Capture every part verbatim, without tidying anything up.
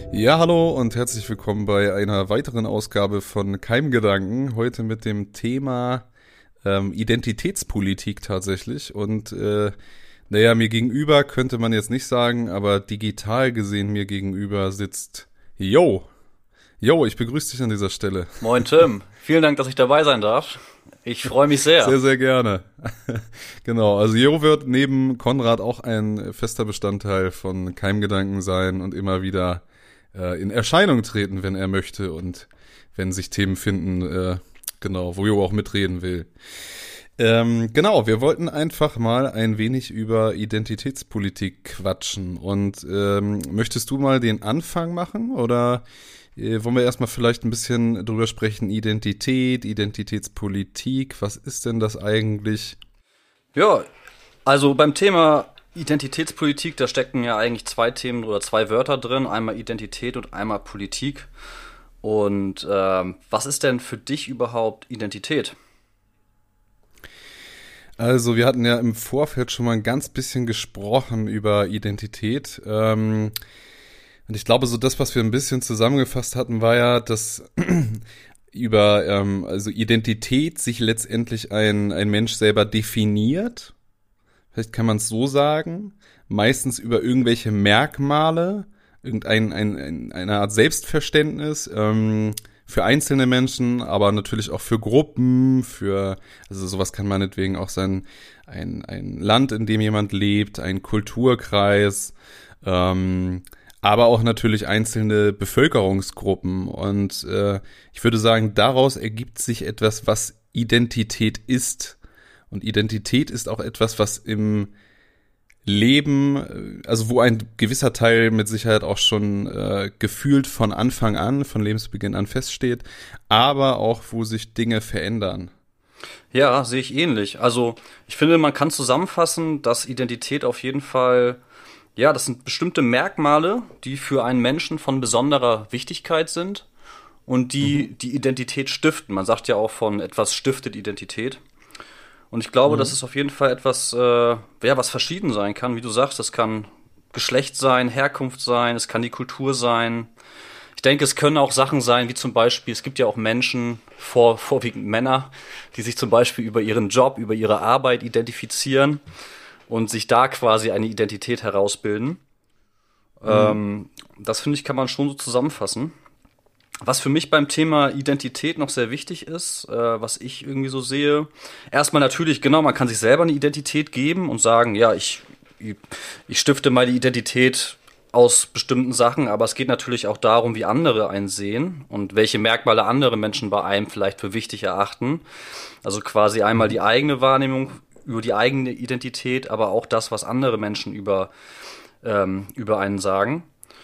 Ja, hallo und herzlich willkommen bei einer weiteren Ausgabe von Keimgedanken. Heute mit dem Thema ähm, Identitätspolitik tatsächlich. Und äh, naja, mir gegenüber könnte man jetzt nicht sagen, aber digital gesehen mir gegenüber sitzt Jo. Jo, ich begrüße dich an dieser Stelle. Moin Tim, vielen Dank, dass ich dabei sein darf. Ich freue mich sehr. Sehr, sehr gerne. Genau, also Jo wird neben Konrad auch ein fester Bestandteil von Keimgedanken sein und immer wieder äh, in Erscheinung treten, wenn er möchte und wenn sich Themen finden, äh, genau, wo Jo auch mitreden will. Ähm, genau, wir wollten einfach mal ein wenig über Identitätspolitik quatschen. Und ähm, möchtest du mal den Anfang machen oder äh, wollen wir erstmal vielleicht ein bisschen drüber sprechen, Identität, Identitätspolitik, was ist denn das eigentlich? Ja, also beim Thema Identitätspolitik, da stecken ja eigentlich zwei Themen oder zwei Wörter drin, einmal Identität und einmal Politik. Und ähm, was ist denn für dich überhaupt Identität? Also wir hatten ja im Vorfeld schon mal ein ganz bisschen gesprochen über Identität. Ähm, und ich glaube, so das, was wir ein bisschen zusammengefasst hatten, war ja, dass über ähm, also Identität sich letztendlich ein, ein Mensch selber definiert. Vielleicht kann man es so sagen. Meistens über irgendwelche Merkmale, irgendein ein, ein, eine Art Selbstverständnis, ähm, für einzelne Menschen, aber natürlich auch für Gruppen, für, also sowas kann meinetwegen auch sein, ein, ein Land, in dem jemand lebt, ein Kulturkreis, ähm, aber auch natürlich einzelne Bevölkerungsgruppen. Und äh, ich würde sagen, daraus ergibt sich etwas, was Identität ist. Und Identität ist auch etwas, was im Leben, also wo ein gewisser Teil mit Sicherheit auch schon äh, gefühlt von Anfang an, von Lebensbeginn an feststeht, aber auch wo sich Dinge verändern. Ja, sehe ich ähnlich. Also ich finde, man kann zusammenfassen, dass Identität auf jeden Fall, ja, das sind bestimmte Merkmale, die für einen Menschen von besonderer Wichtigkeit sind und die mhm. die Identität stiften. Man sagt ja auch von etwas stiftet Identität. Und ich glaube, mhm. dass es auf jeden Fall etwas, äh, ja, was verschieden sein kann. Wie du sagst, das kann Geschlecht sein, Herkunft sein, es kann die Kultur sein. Ich denke, es können auch Sachen sein, wie zum Beispiel, es gibt ja auch Menschen, vor, vorwiegend Männer, die sich zum Beispiel über ihren Job, über ihre Arbeit identifizieren und sich da quasi eine Identität herausbilden. Mhm. Ähm, das, finde ich, kann man schon so zusammenfassen. Was für mich beim Thema Identität noch sehr wichtig ist, äh, was ich irgendwie so sehe, erstmal natürlich, genau, man kann sich selber eine Identität geben und sagen, ja, ich, ich stifte meine Identität aus bestimmten Sachen, aber es geht natürlich auch darum, wie andere einen sehen und welche Merkmale andere Menschen bei einem vielleicht für wichtig erachten. Also quasi einmal die eigene Wahrnehmung über die eigene Identität, aber auch das, was andere Menschen über, ähm, über einen sagen.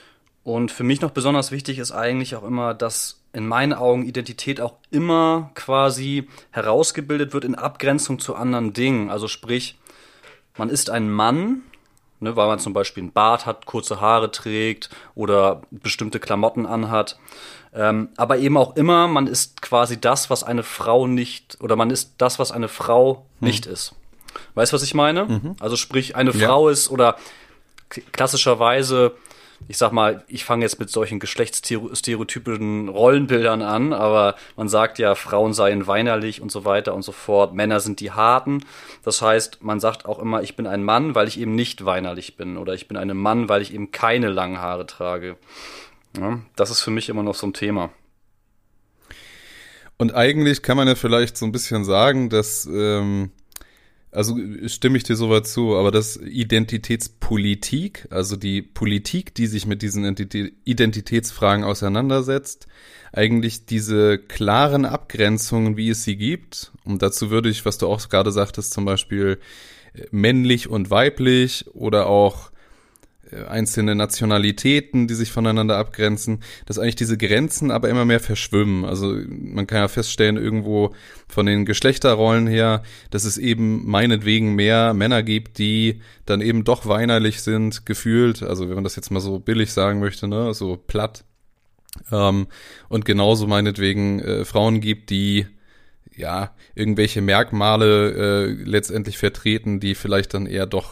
Und für mich noch besonders wichtig ist eigentlich auch immer, dass in meinen Augen Identität auch immer quasi herausgebildet wird in Abgrenzung zu anderen Dingen. Also sprich, man ist ein Mann, ne, weil man zum Beispiel einen Bart hat, kurze Haare trägt oder bestimmte Klamotten anhat. Ähm, aber eben auch immer, man ist quasi das, was eine Frau nicht, oder man ist das, was eine Frau hm. nicht ist. Weißt du, was ich meine? Mhm. Also sprich, eine ja. Frau ist oder klassischerweise, ich sag mal, ich fange jetzt mit solchen geschlechtsstereotypischen Rollenbildern an, aber man sagt ja, Frauen seien weinerlich und so weiter und so fort. Männer sind die Harten. Das heißt, man sagt auch immer, ich bin ein Mann, weil ich eben nicht weinerlich bin. Oder ich bin ein Mann, weil ich eben keine langen Haare trage. Ja, das ist für mich immer noch so ein Thema. Und eigentlich kann man ja vielleicht so ein bisschen sagen, dass ähm Also stimme ich dir soweit zu, aber dass Identitätspolitik, also die Politik, die sich mit diesen Identitätsfragen auseinandersetzt, eigentlich diese klaren Abgrenzungen, wie es sie gibt, und dazu würde ich, was du auch gerade sagtest, zum Beispiel männlich und weiblich oder auch einzelne Nationalitäten, die sich voneinander abgrenzen, dass eigentlich diese Grenzen aber immer mehr verschwimmen. Also man kann ja feststellen, irgendwo von den Geschlechterrollen her, dass es eben meinetwegen mehr Männer gibt, die dann eben doch weinerlich sind, gefühlt, also wenn man das jetzt mal so billig sagen möchte, ne, so platt. Ähm, und genauso meinetwegen äh, Frauen gibt, die ja irgendwelche Merkmale äh, letztendlich vertreten, die vielleicht dann eher doch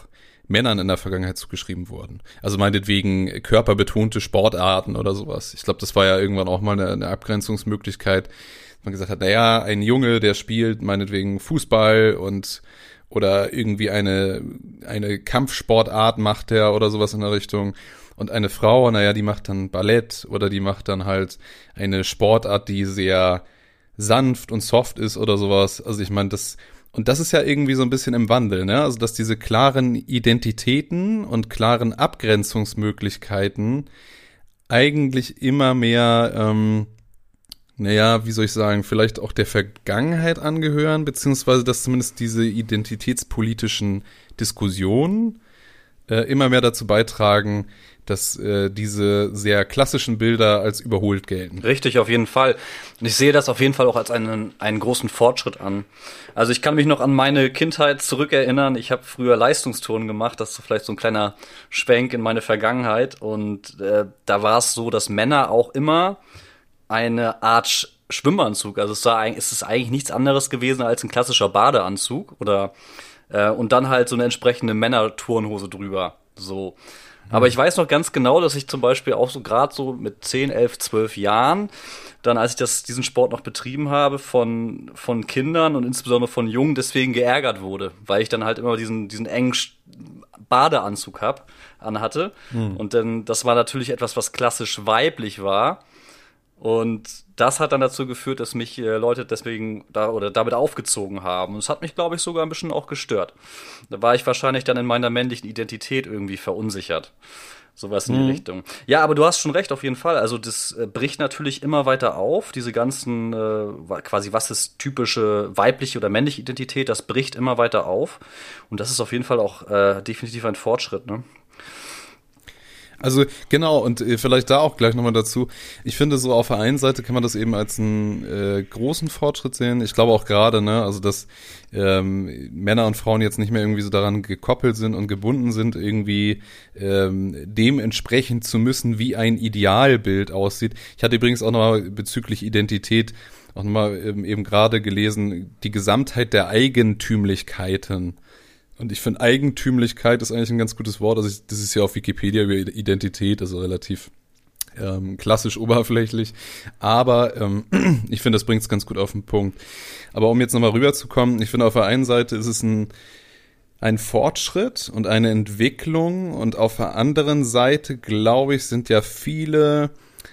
Männern in der Vergangenheit zugeschrieben wurden. Also meinetwegen körperbetonte Sportarten oder sowas. Ich glaube, das war ja irgendwann auch mal eine, eine Abgrenzungsmöglichkeit. Man gesagt hat, naja, ein Junge, der spielt meinetwegen Fußball und oder irgendwie eine eine Kampfsportart macht der oder sowas in der Richtung. Und eine Frau, naja, die macht dann Ballett oder die macht dann halt eine Sportart, die sehr sanft und soft ist oder sowas. Also ich meine, das, und das ist ja irgendwie so ein bisschen im Wandel, ne? Also dass diese klaren Identitäten und klaren Abgrenzungsmöglichkeiten eigentlich immer mehr, ähm, naja, wie soll ich sagen, vielleicht auch der Vergangenheit angehören, beziehungsweise dass zumindest diese identitätspolitischen Diskussionen äh, immer mehr dazu beitragen, dass äh, diese sehr klassischen Bilder als überholt gelten. Richtig, auf jeden Fall. Und ich sehe das auf jeden Fall auch als einen, einen großen Fortschritt an. Also ich kann mich noch an meine Kindheit zurückerinnern. Ich habe früher Leistungsturnen gemacht. Das ist vielleicht so ein kleiner Schwenk in meine Vergangenheit. Und äh, da war es so, dass Männer auch immer eine Art Sch- Schwimmanzug, also es, war, es ist eigentlich nichts anderes gewesen als ein klassischer Badeanzug oder äh, und dann halt so eine entsprechende Männerturnhose drüber. So. Aber ich weiß noch ganz genau, dass ich zum Beispiel auch so gerade so mit zehn, elf, zwölf Jahren, dann als ich das, diesen Sport noch betrieben habe, von, von Kindern und insbesondere von Jungen deswegen geärgert wurde, weil ich dann halt immer diesen, diesen engen Badeanzug hab, anhatte. Hm. Und dann, das war natürlich etwas, was klassisch weiblich war. Und das hat dann dazu geführt, dass mich äh, Leute deswegen da oder damit aufgezogen haben. Und es hat mich, glaube ich, sogar ein bisschen auch gestört. Da war ich wahrscheinlich dann in meiner männlichen Identität irgendwie verunsichert. Sowas in die mhm. Richtung. Ja, aber du hast schon recht, auf jeden Fall. Also das äh, bricht natürlich immer weiter auf. Diese ganzen, äh, quasi, was ist typische weibliche oder männliche Identität, das bricht immer weiter auf. Und das ist auf jeden Fall auch äh, definitiv ein Fortschritt, ne? Also genau, und äh, vielleicht da auch gleich nochmal dazu. Ich finde, so auf der einen Seite kann man das eben als einen äh, großen Fortschritt sehen. Ich glaube auch gerade, ne, also dass ähm, Männer und Frauen jetzt nicht mehr irgendwie so daran gekoppelt sind und gebunden sind, irgendwie ähm, dementsprechend zu müssen, wie ein Idealbild aussieht. Ich hatte übrigens auch nochmal bezüglich Identität auch nochmal ähm, eben gerade gelesen, die Gesamtheit der Eigentümlichkeiten. Und ich finde, Eigentümlichkeit ist eigentlich ein ganz gutes Wort. Also ich, das ist ja auf Wikipedia über Identität, also relativ ähm, klassisch oberflächlich. Aber ähm, ich finde, das bringt es ganz gut auf den Punkt. Aber um jetzt nochmal rüberzukommen, ich finde, auf der einen Seite ist es ein, ein Fortschritt und eine Entwicklung. Und auf der anderen Seite, glaube ich, sind ja viele,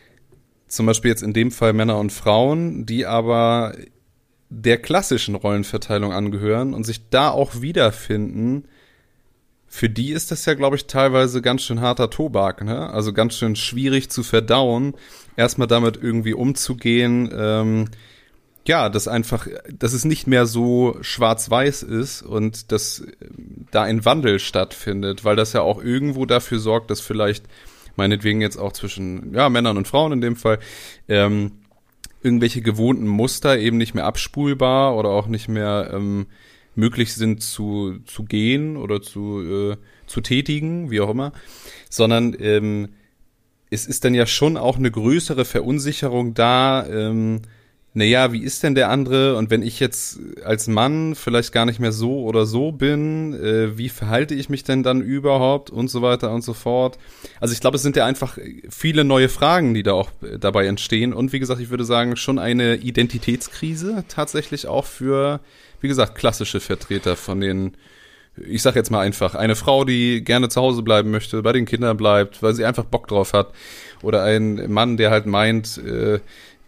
zum Beispiel jetzt in dem Fall Männer und Frauen, die aber der klassischen Rollenverteilung angehören und sich da auch wiederfinden, für die ist das ja, glaube ich, teilweise ganz schön harter Tobak, ne? Also ganz schön schwierig zu verdauen, erstmal damit irgendwie umzugehen, ähm, ja, dass einfach, dass es nicht mehr so schwarz-weiß ist und dass da ein Wandel stattfindet, weil das ja auch irgendwo dafür sorgt, dass vielleicht meinetwegen jetzt auch zwischen, ja, Männern und Frauen in dem Fall, ähm, irgendwelche gewohnten Muster eben nicht mehr abspulbar oder auch nicht mehr ähm, möglich sind zu zu gehen oder zu äh, zu tätigen, wie auch immer, sondern ähm, es ist dann ja schon auch eine größere Verunsicherung da, ähm, naja, wie ist denn der andere? Und wenn ich jetzt als Mann vielleicht gar nicht mehr so oder so bin, äh, wie verhalte ich mich denn dann überhaupt und so weiter und so fort? Also ich glaube, es sind ja einfach viele neue Fragen, die da auch dabei entstehen. Und wie gesagt, ich würde sagen, schon eine Identitätskrise tatsächlich auch für, wie gesagt, klassische Vertreter von den, ich sag jetzt mal einfach, eine Frau, die gerne zu Hause bleiben möchte, bei den Kindern bleibt, weil sie einfach Bock drauf hat. Oder ein Mann, der halt meint, äh,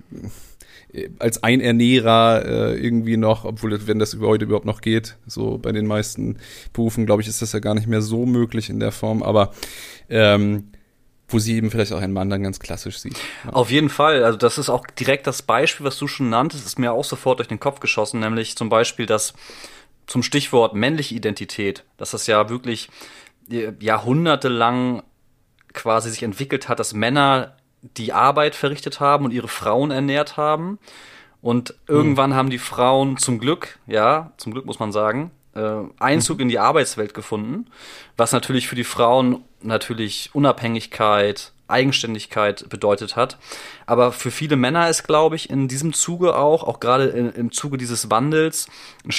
als Einernährer äh, irgendwie noch, obwohl, wenn das über heute überhaupt noch geht, so bei den meisten Berufen, glaube ich, ist das ja gar nicht mehr so möglich in der Form, aber ähm, wo sie eben vielleicht auch einen Mann dann ganz klassisch sieht. Ja. Auf jeden Fall, also das ist auch direkt das Beispiel, was du schon nanntest, ist mir auch sofort durch den Kopf geschossen, nämlich zum Beispiel das zum Stichwort männliche Identität, dass das ja wirklich jahrhundertelang quasi sich entwickelt hat, dass Männer die Arbeit verrichtet haben und ihre Frauen ernährt haben. Und irgendwann mhm. haben die Frauen zum Glück, ja, zum Glück muss man sagen, äh, Einzug mhm. in die Arbeitswelt gefunden, was natürlich für die Frauen natürlich Unabhängigkeit, Eigenständigkeit bedeutet hat. Aber für viele Männer ist, glaube ich, in diesem Zuge auch, auch gerade in, im Zuge dieses Wandels, ein Stück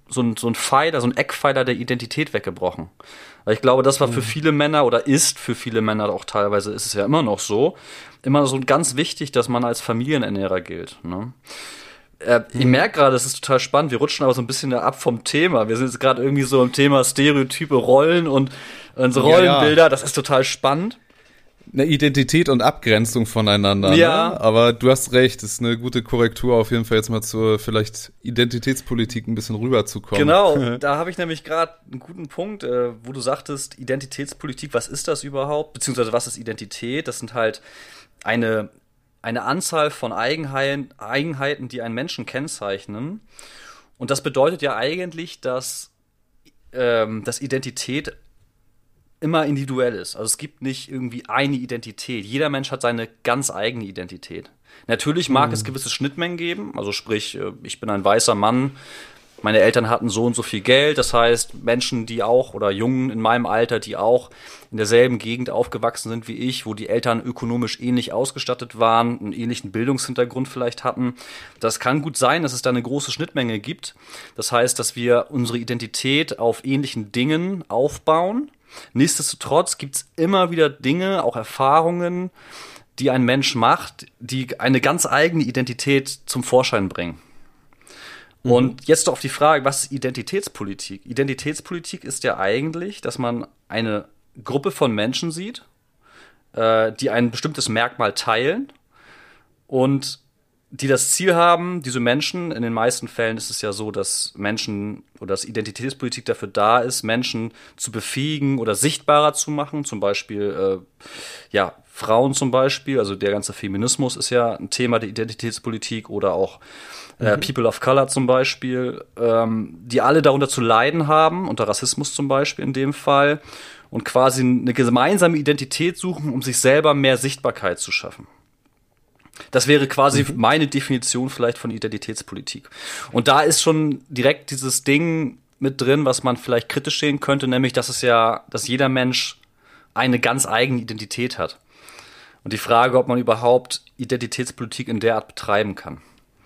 so ein, so ein Pfeiler, so ein Eckpfeiler der Identität weggebrochen. Weil ich glaube, das war für viele Männer oder ist für viele Männer auch teilweise, ist es ja immer noch so, immer so ganz wichtig, dass man als Familienernährer gilt. Ne? Äh, ich merke gerade, es ist total spannend, wir rutschen aber so ein bisschen ab vom Thema. Wir sind jetzt gerade irgendwie so im Thema Stereotype Rollen und unsere Rollenbilder, ja, ja. Das ist total spannend. Eine Identität und Abgrenzung voneinander. Ja. Ne? Aber du hast recht, ist eine gute Korrektur auf jeden Fall jetzt mal zur vielleicht Identitätspolitik ein bisschen rüberzukommen. Genau, da habe ich nämlich gerade einen guten Punkt, äh, wo du sagtest, Identitätspolitik, was ist das überhaupt? Beziehungsweise was ist Identität? Das sind halt eine, eine Anzahl von Eigenheiten, Eigenheiten, die einen Menschen kennzeichnen. Und das bedeutet ja eigentlich, dass, ähm, dass Identität immer individuell ist. Also es gibt nicht irgendwie eine Identität. Jeder Mensch hat seine ganz eigene Identität. Natürlich mag mhm. es gewisse Schnittmengen geben. Also sprich, ich bin ein weißer Mann, meine Eltern hatten so und so viel Geld. Das heißt, Menschen, die auch, oder Jungen in meinem Alter, die auch in derselben Gegend aufgewachsen sind wie ich, wo die Eltern ökonomisch ähnlich ausgestattet waren, einen ähnlichen Bildungshintergrund vielleicht hatten. Das kann gut sein, dass es da eine große Schnittmenge gibt. Das heißt, dass wir unsere Identität auf ähnlichen Dingen aufbauen. Nichtsdestotrotz gibt es immer wieder Dinge, auch Erfahrungen, die ein Mensch macht, die eine ganz eigene Identität zum Vorschein bringen. Mhm. Und jetzt auf die Frage, was ist Identitätspolitik? Identitätspolitik ist ja eigentlich, dass man eine Gruppe von Menschen sieht, äh, die ein bestimmtes Merkmal teilen und die das Ziel haben, diese Menschen, in den meisten Fällen ist es ja so, dass Menschen oder dass Identitätspolitik dafür da ist, Menschen zu befähigen oder sichtbarer zu machen, zum Beispiel äh, ja, Frauen zum Beispiel, also der ganze Feminismus ist ja ein Thema der Identitätspolitik oder auch äh, mhm. People of Color zum Beispiel, ähm, die alle darunter zu leiden haben, unter Rassismus zum Beispiel in dem Fall, und quasi eine gemeinsame Identität suchen, um sich selber mehr Sichtbarkeit zu schaffen. Das wäre quasi mhm. meine Definition vielleicht von Identitätspolitik. Und da ist schon direkt dieses Ding mit drin, was man vielleicht kritisch sehen könnte, nämlich, dass es ja, dass jeder Mensch eine ganz eigene Identität hat. Und die Frage, ob man überhaupt Identitätspolitik in der Art betreiben kann.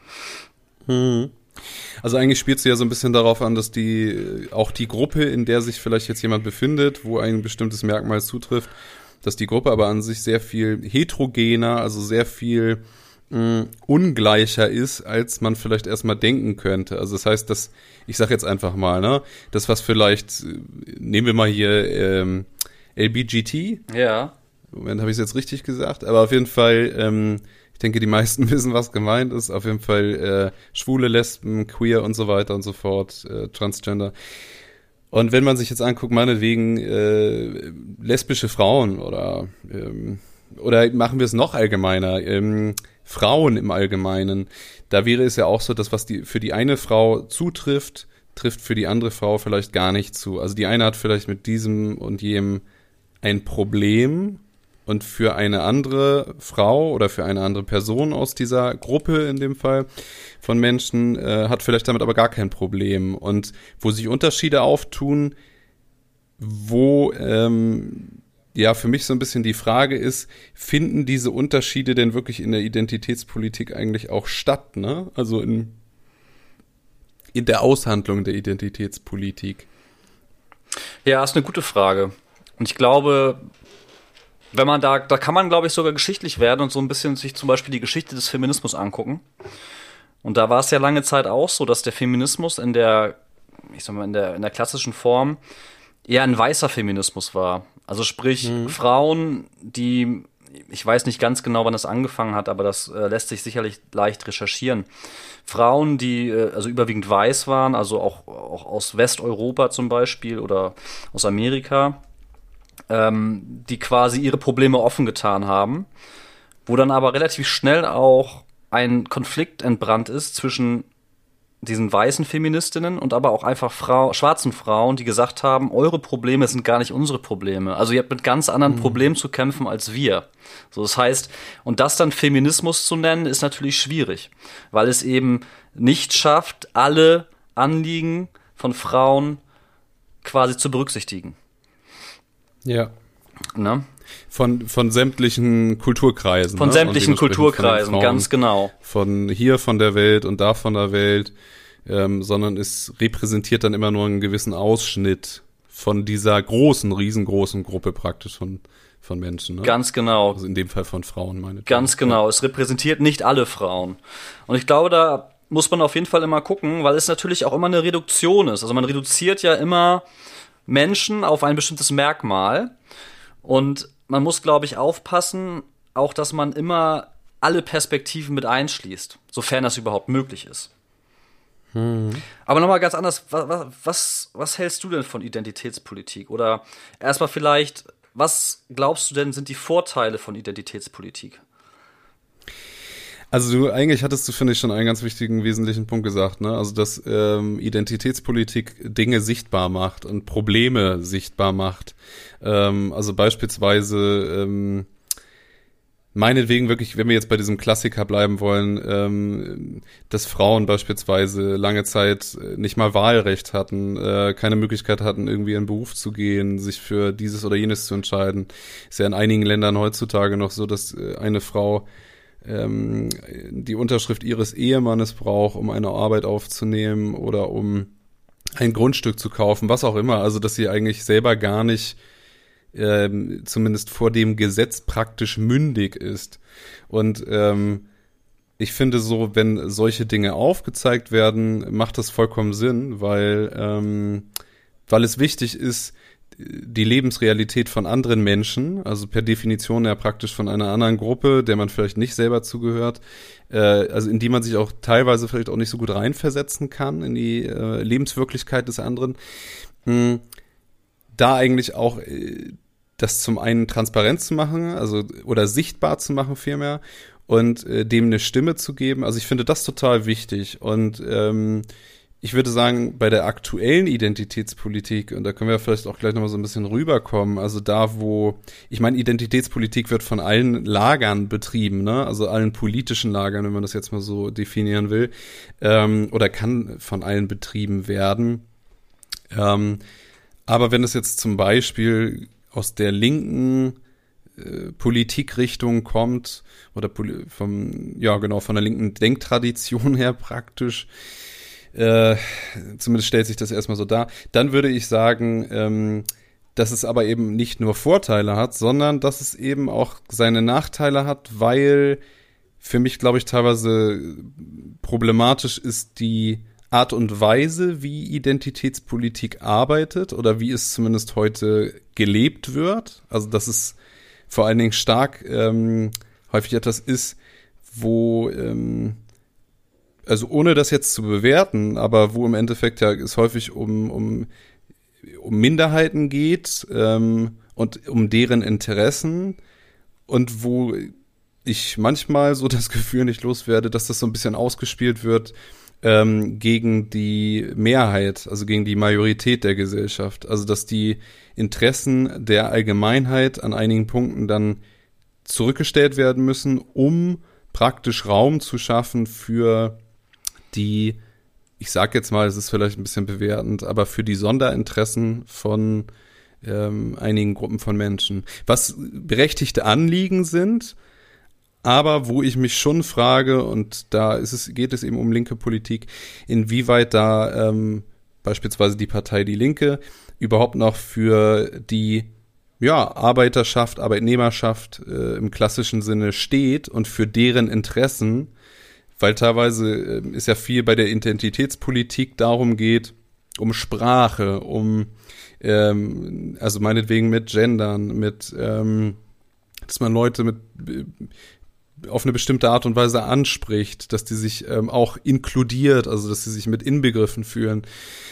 Mhm. Also eigentlich spielst du ja so ein bisschen darauf an, dass die, auch die Gruppe, in der sich vielleicht jetzt jemand befindet, wo ein bestimmtes Merkmal zutrifft, dass die Gruppe aber an sich sehr viel heterogener, also sehr viel mh, ungleicher ist, als man vielleicht erstmal denken könnte. Also das heißt, dass, ich sag jetzt einfach mal, ne, das was vielleicht, nehmen wir mal hier ähm, L B G T. Ja. Moment, habe ich es jetzt richtig gesagt? Aber auf jeden Fall, ähm, ich denke, die meisten wissen, was gemeint ist. Auf jeden Fall äh, Schwule, Lesben, Queer und so weiter und so fort, äh, Transgender. Und wenn man sich jetzt anguckt, meinetwegen äh, lesbische Frauen oder ähm, oder machen wir es noch allgemeiner, ähm, Frauen im Allgemeinen, da wäre es ja auch so, dass was die für die eine Frau zutrifft, trifft für die andere Frau vielleicht gar nicht zu. Also die eine hat vielleicht mit diesem und jenem ein Problem und für eine andere Frau oder für eine andere Person aus dieser Gruppe in dem Fall von Menschen äh, hat vielleicht damit aber gar kein Problem. Und wo sich Unterschiede auftun, wo ähm, ja für mich so ein bisschen die Frage ist, finden diese Unterschiede denn wirklich in der Identitätspolitik eigentlich auch statt, ne? Also in, in der Aushandlung der Identitätspolitik. Ja, ist eine gute Frage. Und ich glaube, wenn man da, da kann man, glaube ich, sogar geschichtlich werden und so ein bisschen sich zum Beispiel die Geschichte des Feminismus angucken. Und da war es ja lange Zeit auch so, dass der Feminismus in der, ich sag mal, in der, in der klassischen Form eher ein weißer Feminismus war. Also sprich, mhm. Frauen, die, ich weiß nicht ganz genau, wann das angefangen hat, aber das äh, lässt sich sicherlich leicht recherchieren. Frauen, die äh, also überwiegend weiß waren, also auch, auch aus Westeuropa zum Beispiel oder aus Amerika, ähm, die quasi ihre Probleme offen getan haben, wo dann aber relativ schnell auch ein Konflikt entbrannt ist zwischen diesen weißen Feministinnen und aber auch einfach Frau, schwarzen Frauen, die gesagt haben, eure Probleme sind gar nicht unsere Probleme. Also ihr habt mit ganz anderen mhm. Problemen zu kämpfen als wir. So, das heißt, und das dann Feminismus zu nennen, ist natürlich schwierig, weil es eben nicht schafft, alle Anliegen von Frauen quasi zu berücksichtigen. Ja. Ne? Von, von sämtlichen Kulturkreisen. Von ne? sämtlichen Kulturkreisen, Frauen, ganz genau. Von hier von der Welt und da von der Welt. ähm, sondern es repräsentiert dann immer nur einen gewissen Ausschnitt von dieser großen, riesengroßen Gruppe praktisch von, von Menschen. Ne? Ganz genau. Also in dem Fall von Frauen, meine ich. Ganz genau. Es repräsentiert nicht alle Frauen. Und ich glaube, da muss man auf jeden Fall immer gucken, weil es natürlich auch immer eine Reduktion ist. Also man reduziert ja immer Menschen auf ein bestimmtes Merkmal. Und man muss, glaube ich, aufpassen, auch, dass man immer alle Perspektiven mit einschließt, sofern das überhaupt möglich ist. Hm. Aber nochmal ganz anders, was, was, was hältst du denn von Identitätspolitik? Oder erstmal vielleicht, was glaubst du denn, sind die Vorteile von Identitätspolitik? Also du, eigentlich hattest du, finde ich, schon einen ganz wichtigen, wesentlichen Punkt gesagt, ne? Also, dass ähm, Identitätspolitik Dinge sichtbar macht und Probleme sichtbar macht. Ähm, also beispielsweise, ähm, meinetwegen wirklich, wenn wir jetzt bei diesem Klassiker bleiben wollen, ähm, dass Frauen beispielsweise lange Zeit nicht mal Wahlrecht hatten, äh, keine Möglichkeit hatten, irgendwie in einen Beruf zu gehen, sich für dieses oder jenes zu entscheiden. Ist ja in einigen Ländern heutzutage noch so, dass äh, eine Frau ähm, die Unterschrift ihres Ehemannes braucht, um eine Arbeit aufzunehmen oder um ein Grundstück zu kaufen, was auch immer. Also, dass sie eigentlich selber gar nicht Ähm, zumindest vor dem Gesetz praktisch mündig ist. Und ähm, ich finde so, wenn solche Dinge aufgezeigt werden, macht das vollkommen Sinn, weil, ähm, weil es wichtig ist, die Lebensrealität von anderen Menschen, also per Definition ja praktisch von einer anderen Gruppe, der man vielleicht nicht selber zugehört, äh, also in die man sich auch teilweise vielleicht auch nicht so gut reinversetzen kann, in die äh, Lebenswirklichkeit des anderen, mh, da eigentlich auch äh, das zum einen transparent zu machen, also oder sichtbar zu machen vielmehr und äh, dem eine Stimme zu geben. Also ich finde das total wichtig und ähm, ich würde sagen, bei der aktuellen Identitätspolitik, und da können wir vielleicht auch gleich nochmal so ein bisschen rüberkommen, also da, wo, ich meine, Identitätspolitik wird von allen Lagern betrieben, ne, also allen politischen Lagern, wenn man das jetzt mal so definieren will, ähm, oder kann von allen betrieben werden. Ähm, aber wenn es jetzt zum Beispiel aus der linken äh, Politikrichtung kommt, oder poli- vom, ja genau, von der linken Denktradition her praktisch, Äh, zumindest stellt sich das erstmal so dar, dann würde ich sagen, ähm, dass es aber eben nicht nur Vorteile hat, sondern dass es eben auch seine Nachteile hat, weil für mich, glaube ich, teilweise problematisch ist die Art und Weise, wie Identitätspolitik arbeitet oder wie es zumindest heute gelebt wird. Also dass es vor allen Dingen stark ähm, häufig etwas ist, wo ähm, also ohne das jetzt zu bewerten, aber wo im Endeffekt ja es häufig um, um, um Minderheiten geht ähm, und um deren Interessen und wo ich manchmal so das Gefühl nicht loswerde, dass das so ein bisschen ausgespielt wird ähm, gegen die Mehrheit, also gegen die Majorität der Gesellschaft. Also dass die Interessen der Allgemeinheit an einigen Punkten dann zurückgestellt werden müssen, um praktisch Raum zu schaffen für die, ich sag jetzt mal, es ist vielleicht ein bisschen bewertend, aber für die Sonderinteressen von ähm, einigen Gruppen von Menschen. Was berechtigte Anliegen sind, aber wo ich mich schon frage, und da ist es, geht es eben um linke Politik, inwieweit da ähm, beispielsweise die Partei Die Linke überhaupt noch für die ja, Arbeiterschaft, Arbeitnehmerschaft äh, im klassischen Sinne steht und für deren Interessen, weil teilweise äh, ist ja viel bei der Identitätspolitik darum geht, um Sprache, um ähm, also meinetwegen mit Gendern, mit ähm, dass man Leute mit äh, auf eine bestimmte Art und Weise anspricht, dass die sich ähm, auch inkludiert, also dass sie sich mit inbegriffen fühlen.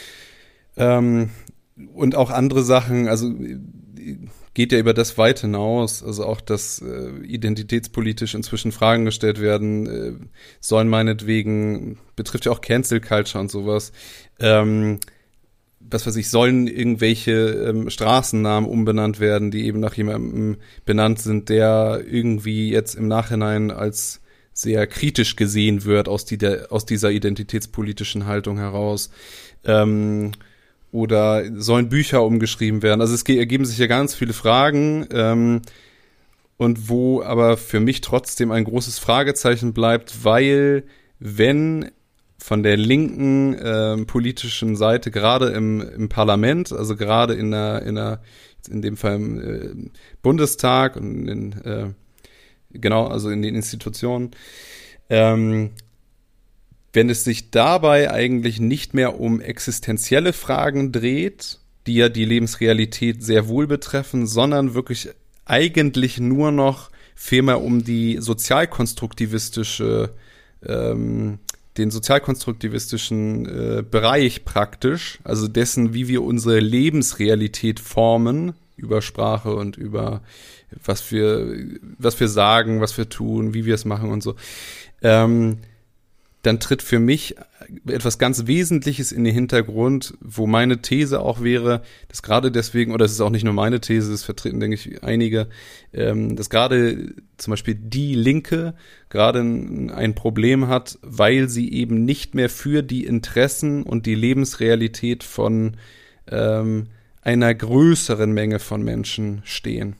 Ähm, und auch andere Sachen, also geht ja über das weit hinaus, also auch, dass äh, identitätspolitisch inzwischen Fragen gestellt werden, äh, sollen meinetwegen, betrifft ja auch Cancel Culture und sowas, ähm, was weiß ich, sollen irgendwelche ähm, Straßennamen umbenannt werden, die eben nach jemandem benannt sind, der irgendwie jetzt im Nachhinein als sehr kritisch gesehen wird aus, die, der, aus dieser identitätspolitischen Haltung heraus. Ähm, Oder sollen Bücher umgeschrieben werden? Also es ergeben sich ja ganz viele Fragen ähm, und wo aber für mich trotzdem ein großes Fragezeichen bleibt, weil wenn von der linken äh, politischen Seite, gerade im, im Parlament, also gerade in der, in der, in dem Fall im äh, Bundestag und in, äh, genau, also in den Institutionen, ähm, wenn es sich dabei eigentlich nicht mehr um existenzielle Fragen dreht, die ja die Lebensrealität sehr wohl betreffen, sondern wirklich eigentlich nur noch vielmehr um die sozialkonstruktivistische, ähm, den sozialkonstruktivistischen äh, Bereich praktisch, also dessen, wie wir unsere Lebensrealität formen, über Sprache und über was wir, was wir sagen, was wir tun, wie wir es machen und so, ähm, dann tritt für mich etwas ganz Wesentliches in den Hintergrund, wo meine These auch wäre, dass gerade deswegen, oder es ist auch nicht nur meine These, das vertreten, denke ich, einige, ähm, dass gerade zum Beispiel die Linke gerade ein, ein Problem hat, weil sie eben nicht mehr für die Interessen und die Lebensrealität von ähm, einer größeren Menge von Menschen stehen.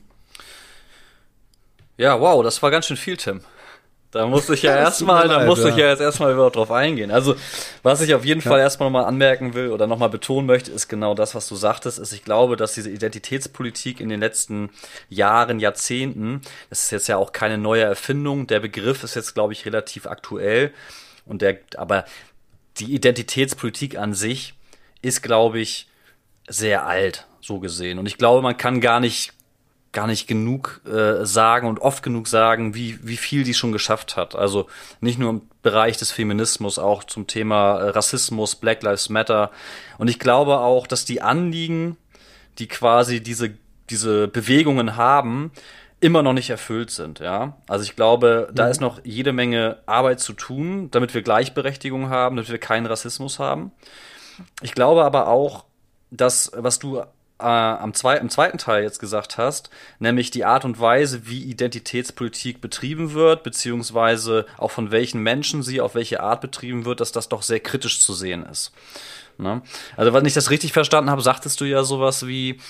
Ja, wow, das war ganz schön viel, Tim. Da musste ich ja erstmal, da musste ich ja jetzt erstmal überhaupt drauf eingehen. Also, was ich auf jeden ja. Fall erstmal nochmal anmerken will oder nochmal betonen möchte, ist genau das, was du sagtest, ist, ich glaube, dass diese Identitätspolitik in den letzten Jahren, Jahrzehnten, das ist jetzt ja auch keine neue Erfindung, der Begriff ist jetzt, glaube ich, relativ aktuell und der, aber die Identitätspolitik an sich ist, glaube ich, sehr alt, so gesehen. Und ich glaube, man kann gar nicht gar nicht genug äh, sagen und oft genug sagen, wie wie viel die schon geschafft hat. Also nicht nur im Bereich des Feminismus, auch zum Thema äh, Rassismus, Black Lives Matter. Und ich glaube auch, dass die Anliegen, die quasi diese diese Bewegungen haben, immer noch nicht erfüllt sind. Ja, also ich glaube, da mhm. ist noch jede Menge Arbeit zu tun, damit wir Gleichberechtigung haben, damit wir keinen Rassismus haben. Ich glaube aber auch, dass, was du Äh, am zwei, im zweiten Teil jetzt gesagt hast, nämlich die Art und Weise, wie Identitätspolitik betrieben wird, beziehungsweise auch von welchen Menschen sie auf welche Art betrieben wird, dass das doch sehr kritisch zu sehen ist. Ne? Also, wenn ich das richtig verstanden habe, sagtest du ja sowas wie,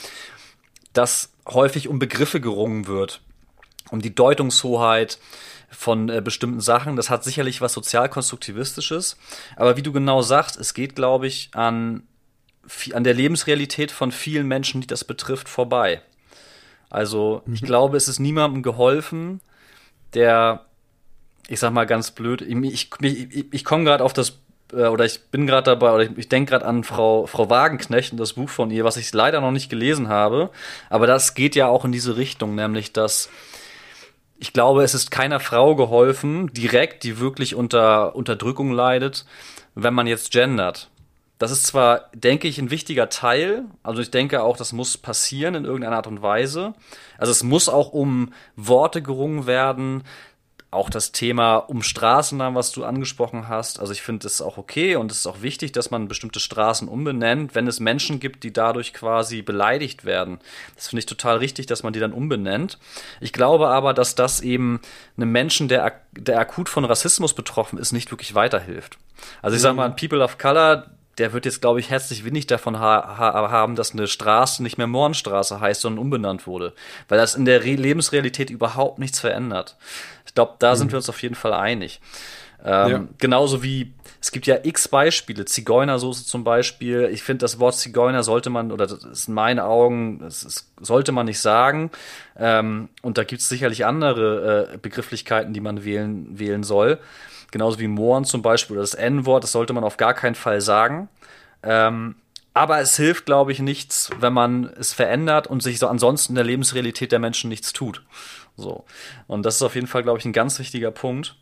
dass häufig um Begriffe gerungen wird, um die Deutungshoheit von äh, bestimmten Sachen. Das hat sicherlich was sozialkonstruktivistisches, aber wie du genau sagst, es geht, glaube ich, an an der Lebensrealität von vielen Menschen, die das betrifft, vorbei. Also ich mhm. glaube, es ist niemandem geholfen, der, ich sag mal ganz blöd, ich, ich, ich komme gerade auf das, oder ich bin gerade dabei, oder ich, ich denke gerade an Frau, Frau Wagenknecht und das Buch von ihr, was ich leider noch nicht gelesen habe, aber das geht ja auch in diese Richtung, nämlich dass ich glaube, es ist keiner Frau geholfen, direkt, die wirklich unter Unterdrückung leidet, wenn man jetzt gendert. Das ist zwar, denke ich, ein wichtiger Teil, also ich denke auch, das muss passieren in irgendeiner Art und Weise. Also es muss auch um Worte gerungen werden, auch das Thema um Straßennamen, was du angesprochen hast. Also ich finde es auch okay und es ist auch wichtig, dass man bestimmte Straßen umbenennt, wenn es Menschen gibt, die dadurch quasi beleidigt werden. Das finde ich total richtig, dass man die dann umbenennt. Ich glaube aber, dass das eben einem Menschen, der, der akut von Rassismus betroffen ist, nicht wirklich weiterhilft. Also ich sag mal, People of Color, der wird jetzt, glaube ich, herzlich wenig davon ha- ha- haben, dass eine Straße nicht mehr Mohrenstraße heißt, sondern umbenannt wurde. Weil das in der Re- Lebensrealität überhaupt nichts verändert. Ich glaube, da mhm. sind wir uns auf jeden Fall einig. Ähm, ja. Genauso wie, es gibt ja x Beispiele, Zigeunersoße zum Beispiel. Ich finde, das Wort Zigeuner sollte man, oder das ist in meinen Augen, das ist, sollte man nicht sagen. Ähm, und da gibt es sicherlich andere äh, Begrifflichkeiten, die man wählen, wählen soll. Genauso wie Mohren zum Beispiel oder das N-Wort, das sollte man auf gar keinen Fall sagen. Ähm, aber es hilft, glaube ich, nichts, wenn man es verändert und sich so ansonsten in der Lebensrealität der Menschen nichts tut. So. Und das ist auf jeden Fall, glaube ich, ein ganz wichtiger Punkt,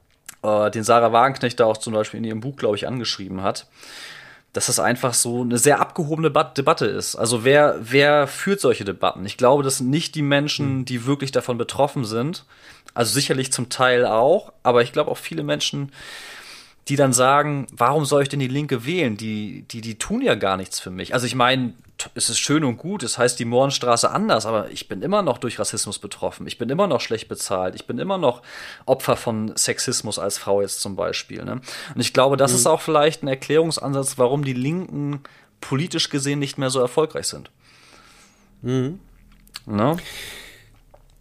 äh, den Sarah Wagenknecht da auch zum Beispiel in ihrem Buch, glaube ich, angeschrieben hat. Dass das einfach so eine sehr abgehobene Bat- Debatte ist. Also wer, wer führt solche Debatten? Ich glaube, das sind nicht die Menschen, die wirklich davon betroffen sind. Also sicherlich zum Teil auch, aber ich glaube auch viele Menschen, die dann sagen, warum soll ich denn die Linke wählen? Die, die, die tun ja gar nichts für mich. Also ich meine, es ist schön und gut, es heißt die Mohrenstraße anders, aber ich bin immer noch durch Rassismus betroffen. Ich bin immer noch schlecht bezahlt. Ich bin immer noch Opfer von Sexismus als Frau jetzt zum Beispiel. Ne? Und ich glaube, das mhm. ist auch vielleicht ein Erklärungsansatz, warum die Linken politisch gesehen nicht mehr so erfolgreich sind. Mhm. Ne?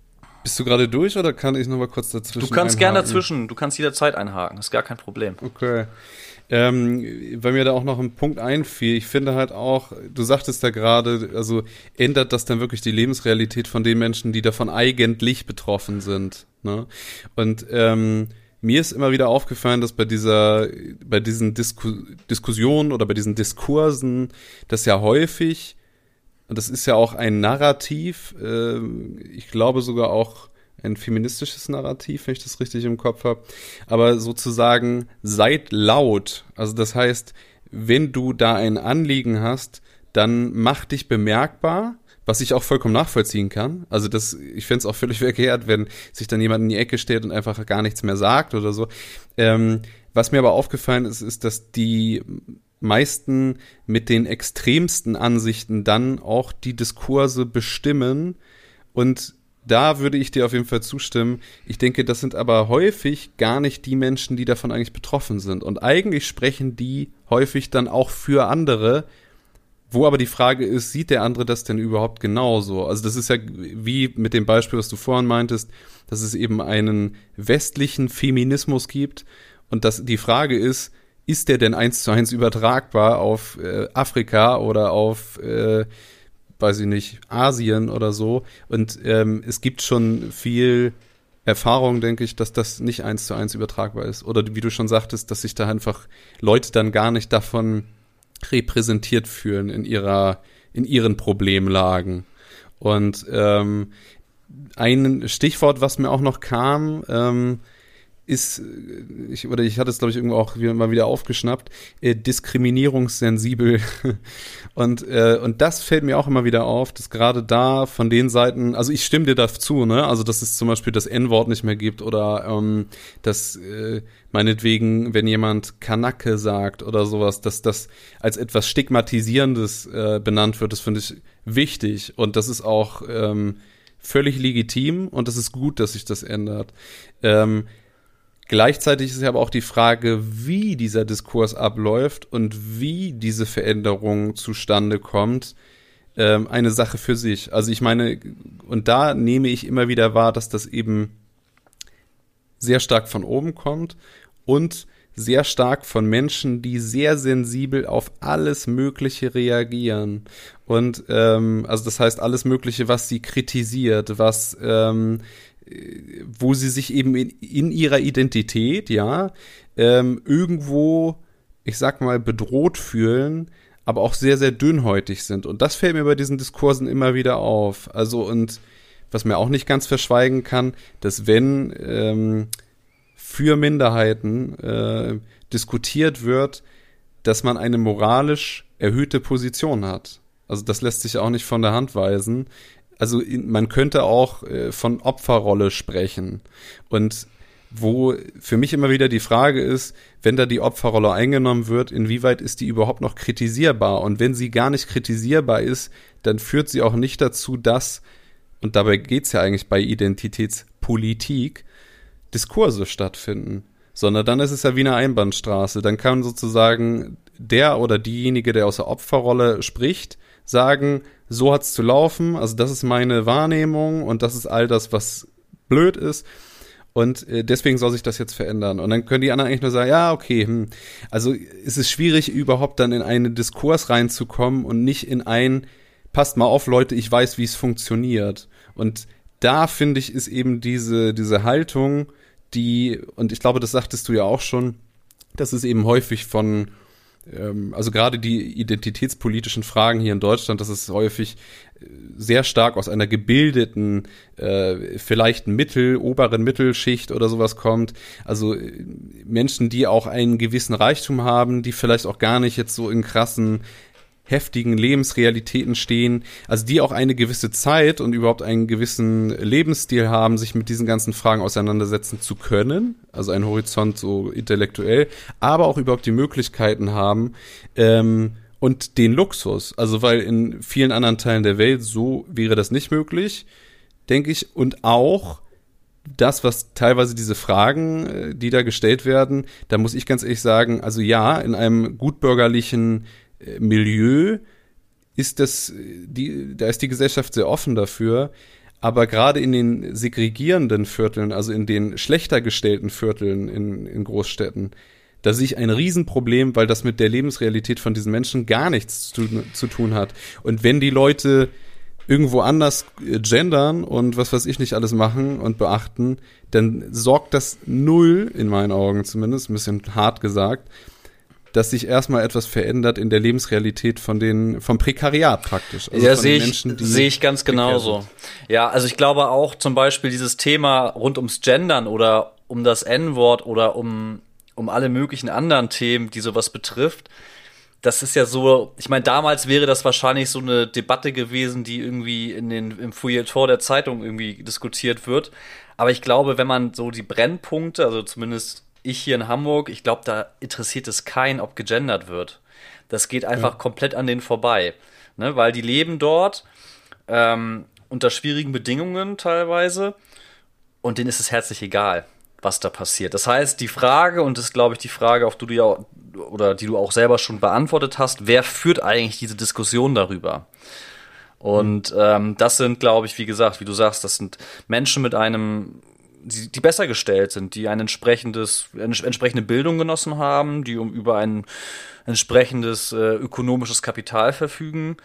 Bist du gerade durch oder kann ich noch mal kurz dazwischen Du kannst einhaken? gerne dazwischen, du kannst jederzeit einhaken, ist gar kein Problem. Okay. Ähm, weil mir da auch noch ein Punkt einfiel, ich finde halt auch, du sagtest da gerade, also ändert das dann wirklich die Lebensrealität von den Menschen, die davon eigentlich betroffen sind, ne? Und ähm, mir ist immer wieder aufgefallen, dass bei dieser, bei diesen Disku- Diskussionen oder bei diesen Diskursen, das ja häufig, und das ist ja auch ein Narrativ, äh, ich glaube sogar auch ein feministisches Narrativ, wenn ich das richtig im Kopf habe, aber sozusagen seid laut. Also das heißt, wenn du da ein Anliegen hast, dann mach dich bemerkbar, was ich auch vollkommen nachvollziehen kann. Also das, ich fände es auch völlig verkehrt, wenn sich dann jemand in die Ecke stellt und einfach gar nichts mehr sagt oder so. Ähm, was mir aber aufgefallen ist, ist, dass die meisten mit den extremsten Ansichten dann auch die Diskurse bestimmen, und da würde ich dir auf jeden Fall zustimmen. Ich denke, das sind aber häufig gar nicht die Menschen, die davon eigentlich betroffen sind. Und eigentlich sprechen die häufig dann auch für andere, wo aber die Frage ist, sieht der andere das denn überhaupt genauso? Also das ist ja wie mit dem Beispiel, was du vorhin meintest, dass es eben einen westlichen Feminismus gibt. Und dass die Frage ist, ist der denn eins zu eins übertragbar auf äh, Afrika oder auf äh, weiß ich nicht, Asien oder so. Und ähm, es gibt schon viel Erfahrung, denke ich, dass das nicht eins zu eins übertragbar ist. Oder wie du schon sagtest, dass sich da einfach Leute dann gar nicht davon repräsentiert fühlen in ihrer, in ihren Problemlagen. Und ähm, ein Stichwort, was mir auch noch kam, ähm, ist, ich, oder ich hatte es, glaube ich, irgendwo auch wieder, mal wieder aufgeschnappt, äh, diskriminierungssensibel. und, äh, und das fällt mir auch immer wieder auf, dass gerade da von den Seiten, also ich stimme dir dazu, ne, also dass es zum Beispiel das En-Wort nicht mehr gibt oder ähm, dass äh, meinetwegen, wenn jemand Kanake sagt oder sowas, dass das als etwas Stigmatisierendes äh, benannt wird, das finde ich wichtig, und das ist auch ähm, völlig legitim, und das ist gut, dass sich das ändert. Ähm, Gleichzeitig ist ja aber auch die Frage, wie dieser Diskurs abläuft und wie diese Veränderung zustande kommt, ähm, eine Sache für sich. Also ich meine, und da nehme ich immer wieder wahr, dass das eben sehr stark von oben kommt und sehr stark von Menschen, die sehr sensibel auf alles Mögliche reagieren. Und ähm, also das heißt, alles Mögliche, was sie kritisiert, was ähm, wo sie sich eben in, in ihrer Identität, ja, ähm, irgendwo, ich sag mal, bedroht fühlen, aber auch sehr, sehr dünnhäutig sind. Und das fällt mir bei diesen Diskursen immer wieder auf. Also, und was mir auch nicht ganz verschweigen kann, dass wenn ähm, für Minderheiten äh, diskutiert wird, dass man eine moralisch erhöhte Position hat. Also das lässt sich auch nicht von der Hand weisen. Also man könnte auch äh, von Opferrolle sprechen. Und wo für mich immer wieder die Frage ist, wenn da die Opferrolle eingenommen wird, inwieweit ist die überhaupt noch kritisierbar? Und wenn sie gar nicht kritisierbar ist, dann führt sie auch nicht dazu, dass, und dabei geht's ja eigentlich bei Identitätspolitik, Diskurse stattfinden. Sondern dann ist es ja wie eine Einbahnstraße. Dann kann sozusagen der oder diejenige, der aus der Opferrolle spricht, sagen, so hat's zu laufen, also das ist meine Wahrnehmung und das ist all das, was blöd ist, und äh, deswegen soll sich das jetzt verändern. Und dann können die anderen eigentlich nur sagen, ja, okay, hm. Also es ist schwierig, überhaupt dann in einen Diskurs reinzukommen und nicht in ein, passt mal auf, Leute, ich weiß, wie es funktioniert. Und da, finde ich, ist eben diese, diese Haltung, die, und ich glaube, das sagtest du ja auch schon, dass es eben häufig von also gerade die identitätspolitischen Fragen hier in Deutschland, das ist häufig sehr stark aus einer gebildeten, äh, vielleicht Mittel-, oberen Mittelschicht oder sowas kommt. Also Menschen, die auch einen gewissen Reichtum haben, die vielleicht auch gar nicht jetzt so in krassen, heftigen Lebensrealitäten stehen, also die auch eine gewisse Zeit und überhaupt einen gewissen Lebensstil haben, sich mit diesen ganzen Fragen auseinandersetzen zu können, also einen Horizont so intellektuell, aber auch überhaupt die Möglichkeiten haben ähm, und den Luxus, also weil in vielen anderen Teilen der Welt so wäre das nicht möglich, denke ich, und auch das, was teilweise diese Fragen, die da gestellt werden, da muss ich ganz ehrlich sagen, also ja, in einem gutbürgerlichen Milieu ist das, die, da ist die Gesellschaft sehr offen dafür, aber gerade in den segregierenden Vierteln, also in den schlechter gestellten Vierteln in, in Großstädten, da sehe ich ein Riesenproblem, weil das mit der Lebensrealität von diesen Menschen gar nichts zu, zu tun hat. Und wenn die Leute irgendwo anders gendern und was weiß ich nicht alles machen und beachten, dann sorgt das null, in meinen Augen zumindest, ein bisschen hart gesagt, dass sich erstmal etwas verändert in der Lebensrealität von den, vom Prekariat praktisch. Also ja, sehe ich, sehe ich ganz genauso. Ja, also ich glaube auch zum Beispiel dieses Thema rund ums Gendern oder um das En-Wort oder um um alle möglichen anderen Themen, die sowas betrifft. Das ist ja so, ich meine, damals wäre das wahrscheinlich so eine Debatte gewesen, die irgendwie in den, im Feuilleton der Zeitung irgendwie diskutiert wird. Aber ich glaube, wenn man so die Brennpunkte, also zumindest ich hier in Hamburg, ich glaube, da interessiert es keinen, ob gegendert wird. Das geht einfach ja. komplett an denen vorbei. Ne? Weil die leben dort ähm, unter schwierigen Bedingungen teilweise und denen ist es herzlich egal, was da passiert. Das heißt, die Frage, und das ist, glaube ich, die Frage, auf die du ja, oder die du auch selber schon beantwortet hast, wer führt eigentlich diese Diskussion darüber? Und mhm. ähm, das sind, glaube ich, wie gesagt, wie du sagst, das sind Menschen mit einem, die, die besser gestellt sind, die ein entsprechendes, eine entsprechende Bildung genossen haben, die um über ein entsprechendes äh, ökonomisches Kapital verfügen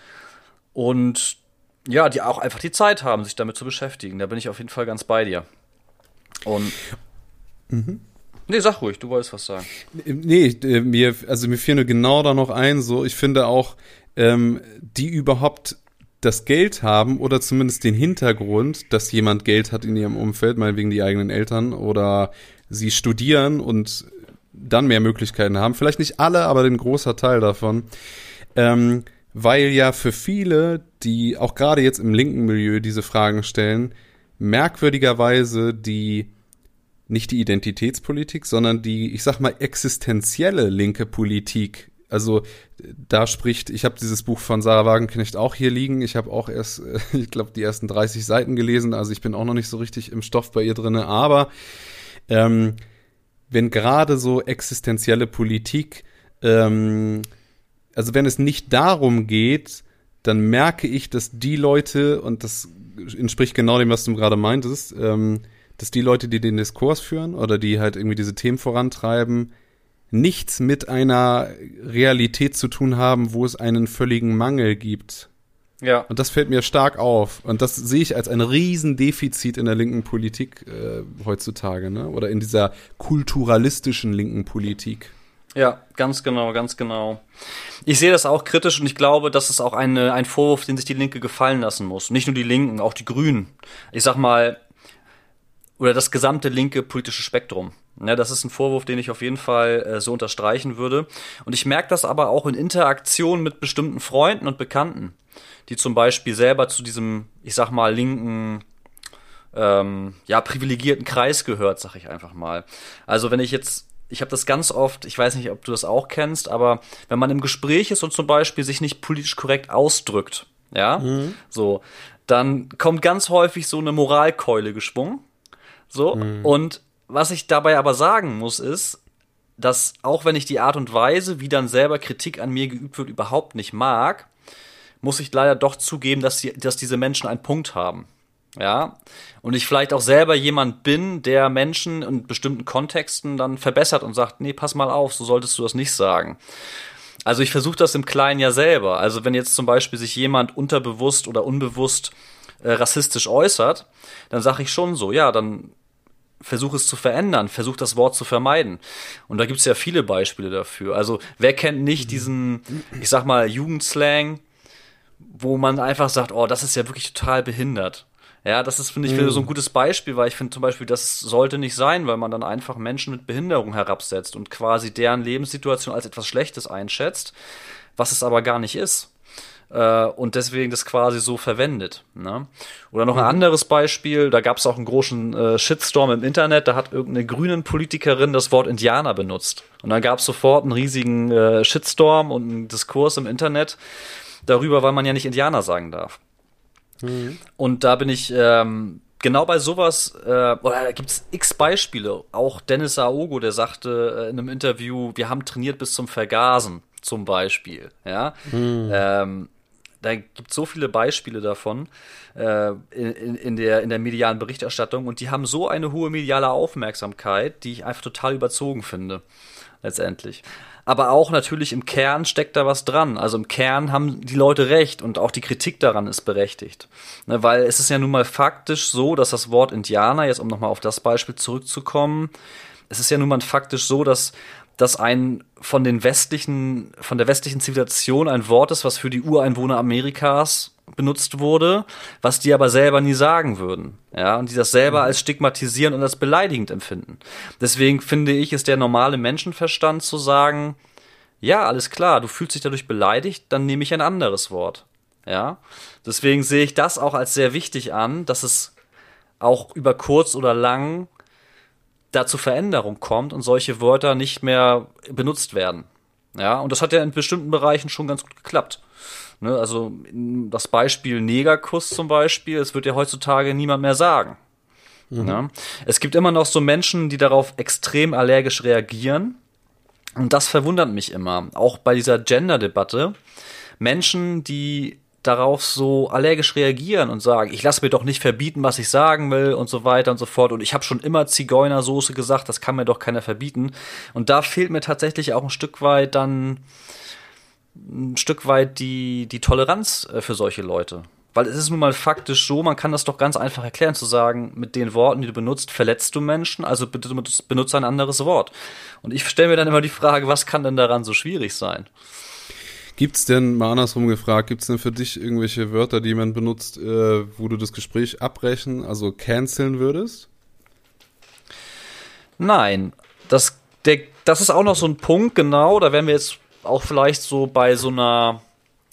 und ja, die auch einfach die Zeit haben, sich damit zu beschäftigen. Da bin ich auf jeden Fall ganz bei dir. Und Mhm. Nee, sag ruhig, du wolltest was sagen. Nee, mir, also mir fiel nur genau da noch ein, so, ich finde auch, ähm, die überhaupt das Geld haben oder zumindest den Hintergrund, dass jemand Geld hat in ihrem Umfeld, meinetwegen die eigenen Eltern oder sie studieren und dann mehr Möglichkeiten haben. Vielleicht nicht alle, aber ein großer Teil davon. Ähm, weil ja für viele, die auch gerade jetzt im linken Milieu diese Fragen stellen, merkwürdigerweise die nicht die Identitätspolitik, sondern die, ich sag mal, existenzielle linke Politik. Also da spricht, ich habe dieses Buch von Sarah Wagenknecht auch hier liegen. Ich habe auch erst, ich glaube, die ersten dreißig Seiten gelesen. Also ich bin auch noch nicht so richtig im Stoff bei ihr drinne. Aber ähm, wenn gerade so existenzielle Politik, ähm, also wenn es nicht darum geht, dann merke ich, dass die Leute, und das entspricht genau dem, was du gerade meintest, ähm, dass die Leute, die den Diskurs führen oder die halt irgendwie diese Themen vorantreiben, nichts mit einer Realität zu tun haben, wo es einen völligen Mangel gibt. Ja. Und das fällt mir stark auf. Und das sehe ich als ein Riesendefizit in der linken Politik äh, heutzutage, ne? Oder in dieser kulturalistischen linken Politik. Ja, ganz genau, ganz genau. Ich sehe das auch kritisch und ich glaube, das ist auch eine, ein Vorwurf, den sich die Linke gefallen lassen muss. Nicht nur die Linken, auch die Grünen. Ich sag mal, oder das gesamte linke politische Spektrum. Ja, das ist ein Vorwurf, den ich auf jeden Fall äh, so unterstreichen würde. Und ich merke das aber auch in Interaktion mit bestimmten Freunden und Bekannten, die zum Beispiel selber zu diesem, ich sag mal, linken, ähm, ja, privilegierten Kreis gehört, sag ich einfach mal. Also wenn ich jetzt, ich habe das ganz oft, ich weiß nicht, ob du das auch kennst, aber wenn man im Gespräch ist und zum Beispiel sich nicht politisch korrekt ausdrückt, ja, mhm. so, dann kommt ganz häufig so eine Moralkeule geschwungen. So, mhm. Und was ich dabei aber sagen muss, ist, dass auch wenn ich die Art und Weise, wie dann selber Kritik an mir geübt wird, überhaupt nicht mag, muss ich leider doch zugeben, dass, die, dass diese Menschen einen Punkt haben. Ja, und ich vielleicht auch selber jemand bin, der Menschen in bestimmten Kontexten dann verbessert und sagt, nee, pass mal auf, so solltest du das nicht sagen. Also ich versuche das im Kleinen ja selber. Also wenn jetzt zum Beispiel sich jemand unterbewusst oder unbewusst äh, rassistisch äußert, dann sage ich schon so, ja, dann versuch es zu verändern, versuch das Wort zu vermeiden. Und da gibt es ja viele Beispiele dafür. Also wer kennt nicht diesen, ich sag mal, Jugendslang, wo man einfach sagt, oh, das ist ja wirklich total behindert. Ja, das ist, finde ich, mm. so ein gutes Beispiel, weil ich finde zum Beispiel, das sollte nicht sein, weil man dann einfach Menschen mit Behinderung herabsetzt und quasi deren Lebenssituation als etwas Schlechtes einschätzt, was es aber gar nicht ist. Und deswegen das quasi so verwendet. Ne? Oder noch ein anderes Beispiel, da gab es auch einen großen äh, Shitstorm im Internet, da hat irgendeine grünen Politikerin das Wort Indianer benutzt. Und dann gab es sofort einen riesigen äh, Shitstorm und einen Diskurs im Internet darüber, weil man ja nicht Indianer sagen darf. Mhm. Und da bin ich ähm, genau bei sowas, äh, da gibt es x Beispiele. Auch Dennis Aogo, der sagte äh, in einem Interview, wir haben trainiert bis zum Vergasen, zum Beispiel. Ja. Mhm. Ähm, da gibt es so viele Beispiele davon äh, in, in, der, in der medialen Berichterstattung und die haben so eine hohe mediale Aufmerksamkeit, die ich einfach total überzogen finde, letztendlich. Aber auch natürlich im Kern steckt da was dran. Also im Kern haben die Leute recht und auch die Kritik daran ist berechtigt. Ne, weil es ist ja nun mal faktisch so, dass das Wort Indianer, jetzt um nochmal auf das Beispiel zurückzukommen, es ist ja nun mal faktisch so, dass dass ein von den westlichen, von der westlichen Zivilisation ein Wort ist, was für die Ureinwohner Amerikas benutzt wurde, was die aber selber nie sagen würden. Ja, und die das selber als stigmatisierend und als beleidigend empfinden. Deswegen finde ich, ist der normale Menschenverstand zu sagen, ja, alles klar, du fühlst dich dadurch beleidigt, dann nehme ich ein anderes Wort. Ja, deswegen sehe ich das auch als sehr wichtig an, dass es auch über kurz oder lang da zu Veränderung kommt und solche Wörter nicht mehr benutzt werden. Ja, und das hat ja in bestimmten Bereichen schon ganz gut geklappt. Ne, also das Beispiel Negerkuss zum Beispiel, es wird ja heutzutage niemand mehr sagen. Mhm. Ja, es gibt immer noch so Menschen, die darauf extrem allergisch reagieren und das verwundert mich immer. Auch bei dieser Gender-Debatte. Menschen, die darauf so allergisch reagieren und sagen, ich lasse mir doch nicht verbieten, was ich sagen will und so weiter und so fort. Und ich habe schon immer Zigeunersoße gesagt, das kann mir doch keiner verbieten. Und da fehlt mir tatsächlich auch ein Stück weit dann ein Stück weit die, die Toleranz für solche Leute. Weil es ist nun mal faktisch so, man kann das doch ganz einfach erklären, zu sagen, mit den Worten, die du benutzt, verletzt du Menschen, also bitte benutze ein anderes Wort. Und ich stelle mir dann immer die Frage, was kann denn daran so schwierig sein? Gibt's denn, mal andersrum gefragt, gibt's denn für dich irgendwelche Wörter, die man benutzt, äh, wo du das Gespräch abbrechen, also canceln würdest? Nein, das, der, das ist auch noch so ein Punkt, genau, da wären wir jetzt auch vielleicht so bei so einer,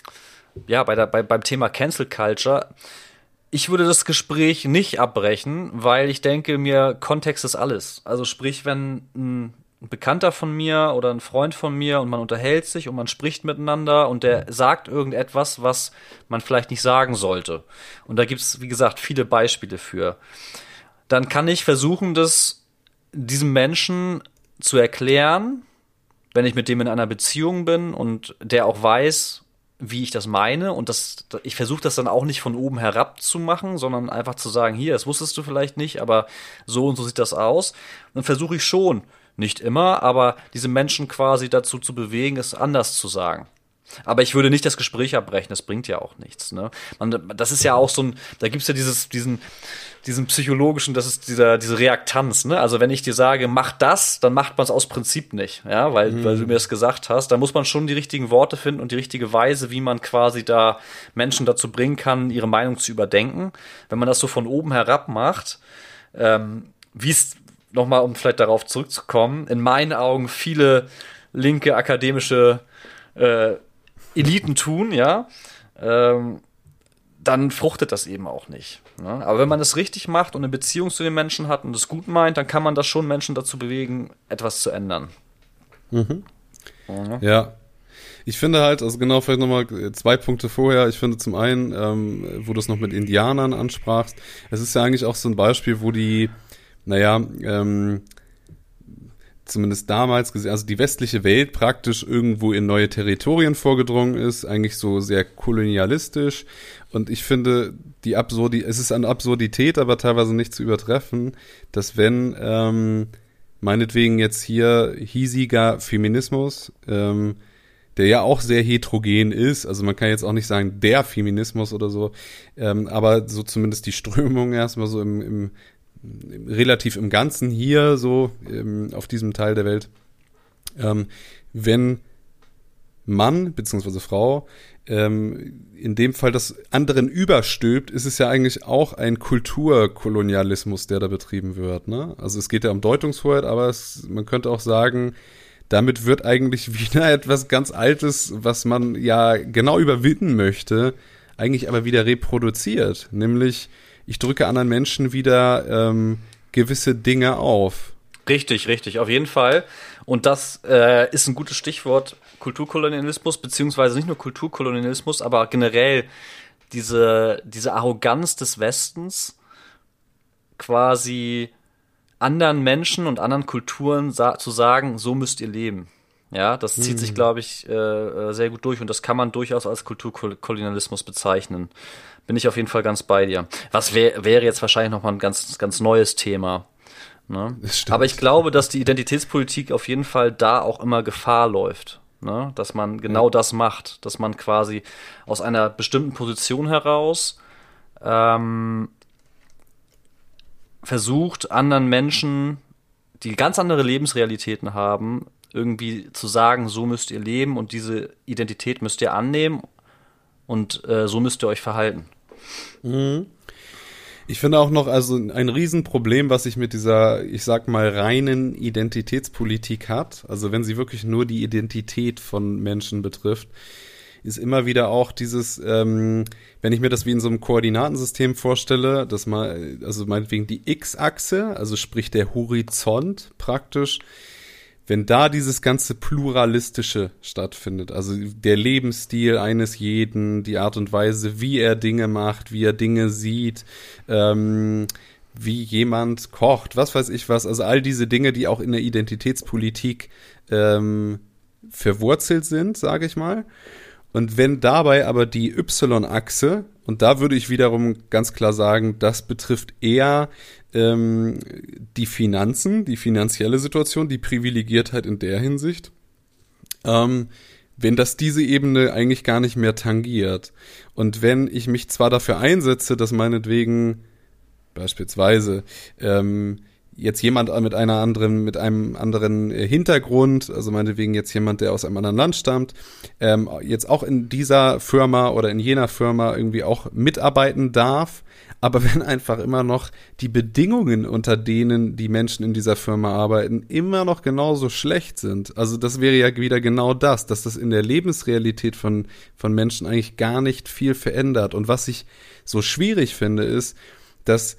ja, bei der, bei, beim Thema Cancel Culture. Ich würde das Gespräch nicht abbrechen, weil ich denke mir, Kontext ist alles. Also sprich, wenn ein ein Bekannter von mir oder ein Freund von mir und man unterhält sich und man spricht miteinander und der sagt irgendetwas, was man vielleicht nicht sagen sollte. Und da gibt's, wie gesagt, viele Beispiele für. Dann kann ich versuchen, das diesem Menschen zu erklären, wenn ich mit dem in einer Beziehung bin und der auch weiß, wie ich das meine. Und das, ich versuche das dann auch nicht von oben herab zu machen, sondern einfach zu sagen, hier, das wusstest du vielleicht nicht, aber so und so sieht das aus. Und dann versuche ich schon, nicht immer, aber diese Menschen quasi dazu zu bewegen, es anders zu sagen. Aber ich würde nicht das Gespräch abbrechen, das bringt ja auch nichts. Ne? Man, das ist ja auch so ein, da gibt's ja dieses, diesen, diesen psychologischen, das ist dieser, diese Reaktanz. Ne? Also wenn ich dir sage, mach das, dann macht man es aus Prinzip nicht, ja, weil, mhm. weil du mir das gesagt hast. Da muss man schon die richtigen Worte finden und die richtige Weise, wie man quasi da Menschen dazu bringen kann, ihre Meinung zu überdenken. Wenn man das so von oben herab macht, ähm, wie es nochmal, um vielleicht darauf zurückzukommen, in meinen Augen viele linke akademische äh, Eliten tun, ja, ähm, dann fruchtet das eben auch nicht. Ne? Aber wenn man es richtig macht und eine Beziehung zu den Menschen hat und es gut meint, dann kann man das schon Menschen dazu bewegen, etwas zu ändern. Mhm. Mhm. Ja. Ich finde halt, also genau, vielleicht nochmal zwei Punkte vorher. Ich finde zum einen, ähm, wo du es noch mit Indianern ansprachst, es ist ja eigentlich auch so ein Beispiel, wo die naja, ähm, zumindest damals gesehen, also die westliche Welt praktisch irgendwo in neue Territorien vorgedrungen ist, eigentlich so sehr kolonialistisch. Und ich finde, die Absurdi, es ist an Absurdität, aber teilweise nicht zu übertreffen, dass wenn ähm, meinetwegen jetzt hier hiesiger Feminismus, ähm, der ja auch sehr heterogen ist, also man kann jetzt auch nicht sagen der Feminismus oder so, ähm, aber so zumindest die Strömung erstmal so im, im relativ im Ganzen hier so ähm, auf diesem Teil der Welt, ähm, wenn Mann bzw. Frau ähm, in dem Fall das anderen überstülpt, ist es ja eigentlich auch ein Kulturkolonialismus, der da betrieben wird. Ne? Also es geht ja um Deutungshoheit, aber es, man könnte auch sagen, damit wird eigentlich wieder etwas ganz Altes, was man ja genau überwinden möchte, eigentlich aber wieder reproduziert, nämlich ich drücke anderen Menschen wieder ähm, gewisse Dinge auf. Richtig, richtig, auf jeden Fall. Und das äh, ist ein gutes Stichwort, Kulturkolonialismus, beziehungsweise nicht nur Kulturkolonialismus, aber generell diese, diese Arroganz des Westens, quasi anderen Menschen und anderen Kulturen sa- zu sagen, so müsst ihr leben. Ja, das zieht Mhm. sich, glaube ich, äh, sehr gut durch und das kann man durchaus als Kulturkolonialismus bezeichnen. Bin ich auf jeden Fall ganz bei dir. Was wär, wäre jetzt wahrscheinlich nochmal ein ganz, ganz neues Thema. Ne? Das Aber ich stimmt. glaube, dass die Identitätspolitik auf jeden Fall da auch immer Gefahr läuft. Ne? Dass man Ja. genau das macht. Dass man quasi aus einer bestimmten Position heraus ähm, versucht, anderen Menschen, die ganz andere Lebensrealitäten haben, irgendwie zu sagen, so müsst ihr leben und diese Identität müsst ihr annehmen und äh, so müsst ihr euch verhalten. Mhm. Ich finde auch noch, also ein Riesenproblem, was sich mit dieser, ich sag mal, reinen Identitätspolitik hat, also wenn sie wirklich nur die Identität von Menschen betrifft, ist immer wieder auch dieses, ähm, wenn ich mir das wie in so einem Koordinatensystem vorstelle, dass mal, also meinetwegen die X-Achse, also sprich der Horizont praktisch, wenn da dieses ganze Pluralistische stattfindet, also der Lebensstil eines jeden, die Art und Weise, wie er Dinge macht, wie er Dinge sieht, ähm, wie jemand kocht, was weiß ich was, also all diese Dinge, die auch in der Identitätspolitik ähm, verwurzelt sind, sage ich mal. Und wenn dabei aber die Y-Achse, und da würde ich wiederum ganz klar sagen, das betrifft eher ähm, die Finanzen, die finanzielle Situation, die Privilegiertheit in der Hinsicht, ähm, wenn das diese Ebene eigentlich gar nicht mehr tangiert. Und wenn ich mich zwar dafür einsetze, dass meinetwegen beispielsweise ähm, jetzt jemand mit einer anderen, mit einem anderen äh, Hintergrund, also meinetwegen jetzt jemand, der aus einem anderen Land stammt, ähm, jetzt auch in dieser Firma oder in jener Firma irgendwie auch mitarbeiten darf, aber wenn einfach immer noch die Bedingungen, unter denen die Menschen in dieser Firma arbeiten, immer noch genauso schlecht sind. Also das wäre ja wieder genau das, dass das in der Lebensrealität von, von Menschen eigentlich gar nicht viel verändert. Und was ich so schwierig finde, ist, dass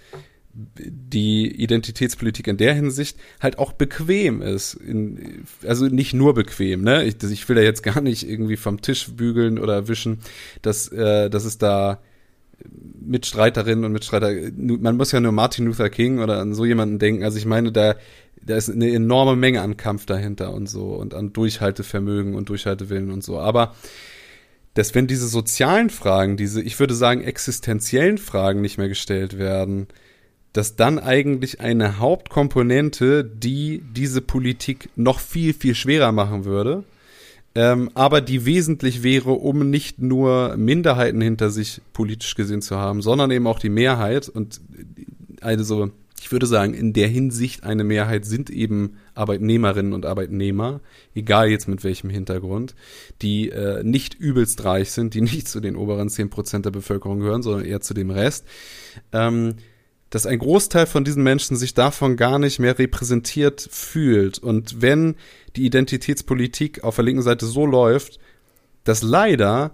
die Identitätspolitik in der Hinsicht halt auch bequem ist. In, also nicht nur bequem, ne? Ich, ich will da jetzt gar nicht irgendwie vom Tisch bügeln oder wischen, dass, äh, dass es da Mitstreiterinnen und Mitstreiter, man muss ja nur Martin Luther King oder an so jemanden denken. Also ich meine, da, da ist eine enorme Menge an Kampf dahinter und so und an Durchhaltevermögen und Durchhaltewillen und so. Aber dass wenn diese sozialen Fragen, diese, ich würde sagen, existenziellen Fragen nicht mehr gestellt werden, dass dann eigentlich eine Hauptkomponente, die diese Politik noch viel, viel schwerer machen würde, ähm, aber die wesentlich wäre, um nicht nur Minderheiten hinter sich politisch gesehen zu haben, sondern eben auch die Mehrheit. Und also, ich würde sagen, in der Hinsicht eine Mehrheit sind eben Arbeitnehmerinnen und Arbeitnehmer, egal jetzt mit welchem Hintergrund, die äh, nicht übelst reich sind, die nicht zu den oberen zehn Prozent der Bevölkerung gehören, sondern eher zu dem Rest. Ähm, dass ein Großteil von diesen Menschen sich davon gar nicht mehr repräsentiert fühlt. Und wenn die Identitätspolitik auf der linken Seite so läuft, dass leider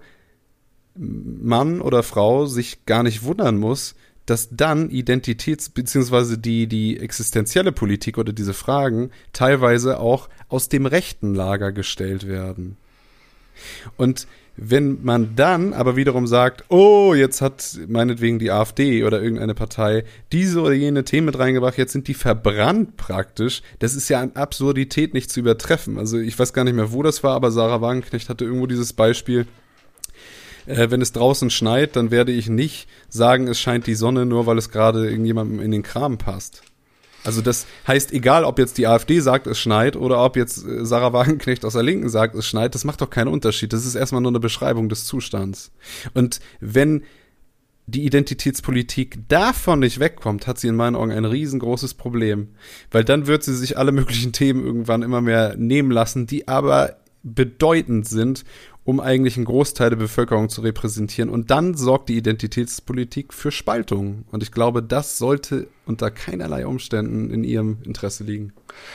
Mann oder Frau sich gar nicht wundern muss, dass dann Identitäts- bzw. die, die existenzielle Politik oder diese Fragen teilweise auch aus dem rechten Lager gestellt werden. Und wenn man dann aber wiederum sagt, oh, jetzt hat meinetwegen die AfD oder irgendeine Partei diese oder jene Themen mit reingebracht, jetzt sind die verbrannt praktisch, das ist ja an Absurdität nicht zu übertreffen. Also ich weiß gar nicht mehr, wo das war, aber Sarah Wagenknecht hatte irgendwo dieses Beispiel, äh, wenn es draußen schneit, dann werde ich nicht sagen, es scheint die Sonne, nur weil es gerade irgendjemandem in den Kram passt. Also das heißt, egal ob jetzt die AfD sagt, es schneit, oder ob jetzt Sarah Wagenknecht aus der Linken sagt, es schneit, das macht doch keinen Unterschied. Das ist erstmal nur eine Beschreibung des Zustands. Und wenn die Identitätspolitik davon nicht wegkommt, hat sie in meinen Augen ein riesengroßes Problem. Weil dann wird sie sich alle möglichen Themen irgendwann immer mehr nehmen lassen, die aber bedeutend sind, um eigentlich einen Großteil der Bevölkerung zu repräsentieren. Und dann sorgt die Identitätspolitik für Spaltung. Und ich glaube, das sollte unter keinerlei Umständen in ihrem Interesse liegen.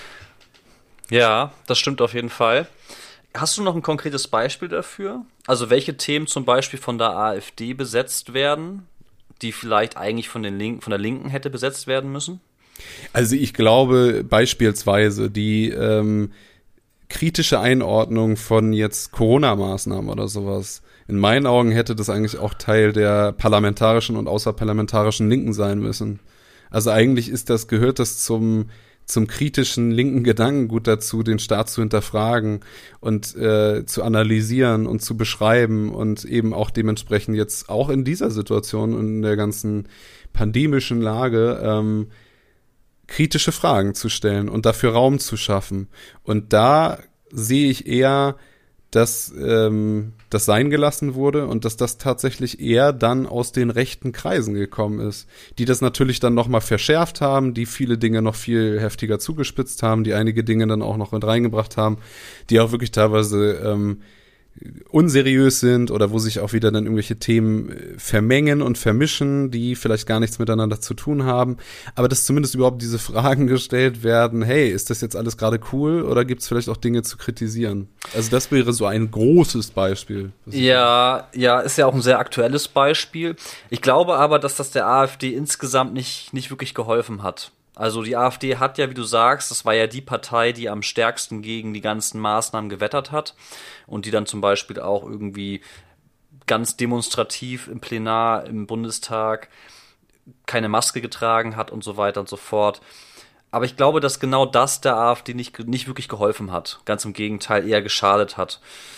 Ja, das stimmt auf jeden Fall. Hast du noch ein konkretes Beispiel dafür? Also welche Themen zum Beispiel von der AfD besetzt werden, die vielleicht eigentlich von den Linken, von der Linken hätte besetzt werden müssen? Also ich glaube beispielsweise die ähm, kritische Einordnung von jetzt Corona-Maßnahmen oder sowas. In meinen Augen hätte das eigentlich auch Teil der parlamentarischen und außerparlamentarischen Linken sein müssen. Also eigentlich ist das, gehört das zum, zum kritischen linken Gedankengut dazu, den Staat zu hinterfragen und äh, zu analysieren und zu beschreiben und eben auch dementsprechend jetzt auch in dieser Situation und in der ganzen pandemischen Lage ähm, kritische Fragen zu stellen und dafür Raum zu schaffen. Und da sehe ich eher, dass ähm, das sein gelassen wurde und dass das tatsächlich eher dann aus den rechten Kreisen gekommen ist, die das natürlich dann nochmal verschärft haben, die viele Dinge noch viel heftiger zugespitzt haben, die einige Dinge dann auch noch mit reingebracht haben, die auch wirklich teilweise ähm, unseriös sind oder wo sich auch wieder dann irgendwelche Themen vermengen und vermischen, die vielleicht gar nichts miteinander zu tun haben, aber dass zumindest überhaupt diese Fragen gestellt werden, hey, ist das jetzt alles gerade cool oder gibt es vielleicht auch Dinge zu kritisieren? Also das wäre so ein großes Beispiel. Ja, ja, ist ja auch ein sehr aktuelles Beispiel. Ich glaube aber, dass das der AfD insgesamt nicht, nicht wirklich geholfen hat. Also die AfD hat ja, wie du sagst, das war ja die Partei, die am stärksten gegen die ganzen Maßnahmen gewettert hat und die dann zum Beispiel auch irgendwie ganz demonstrativ im Plenar im Bundestag keine Maske getragen hat und so weiter und so fort. Aber ich glaube, dass genau das der AfD nicht, nicht wirklich geholfen hat. Ganz im Gegenteil, eher geschadet hat.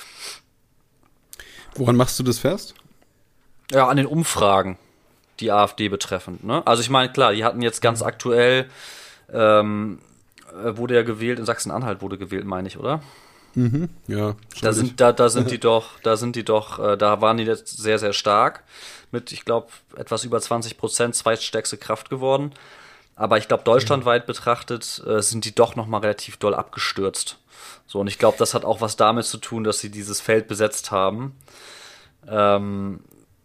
Woran machst du das fest? Ja, an den Umfragen. Die AfD betreffend, ne? Also ich meine, klar, die hatten jetzt ganz aktuell, ähm, wurde ja gewählt, in Sachsen-Anhalt wurde gewählt, meine ich, oder? Mhm, ja. Da sind, da, da sind die doch, da sind die doch, äh, da waren die jetzt sehr, sehr stark. Mit, ich glaube, etwas über zwanzig Prozent, zweitstärkste Kraft geworden. Aber ich glaube, deutschlandweit betrachtet äh, sind die doch nochmal relativ doll abgestürzt. So, und ich glaube, das hat auch was damit zu tun, dass sie dieses Feld besetzt haben. Ähm,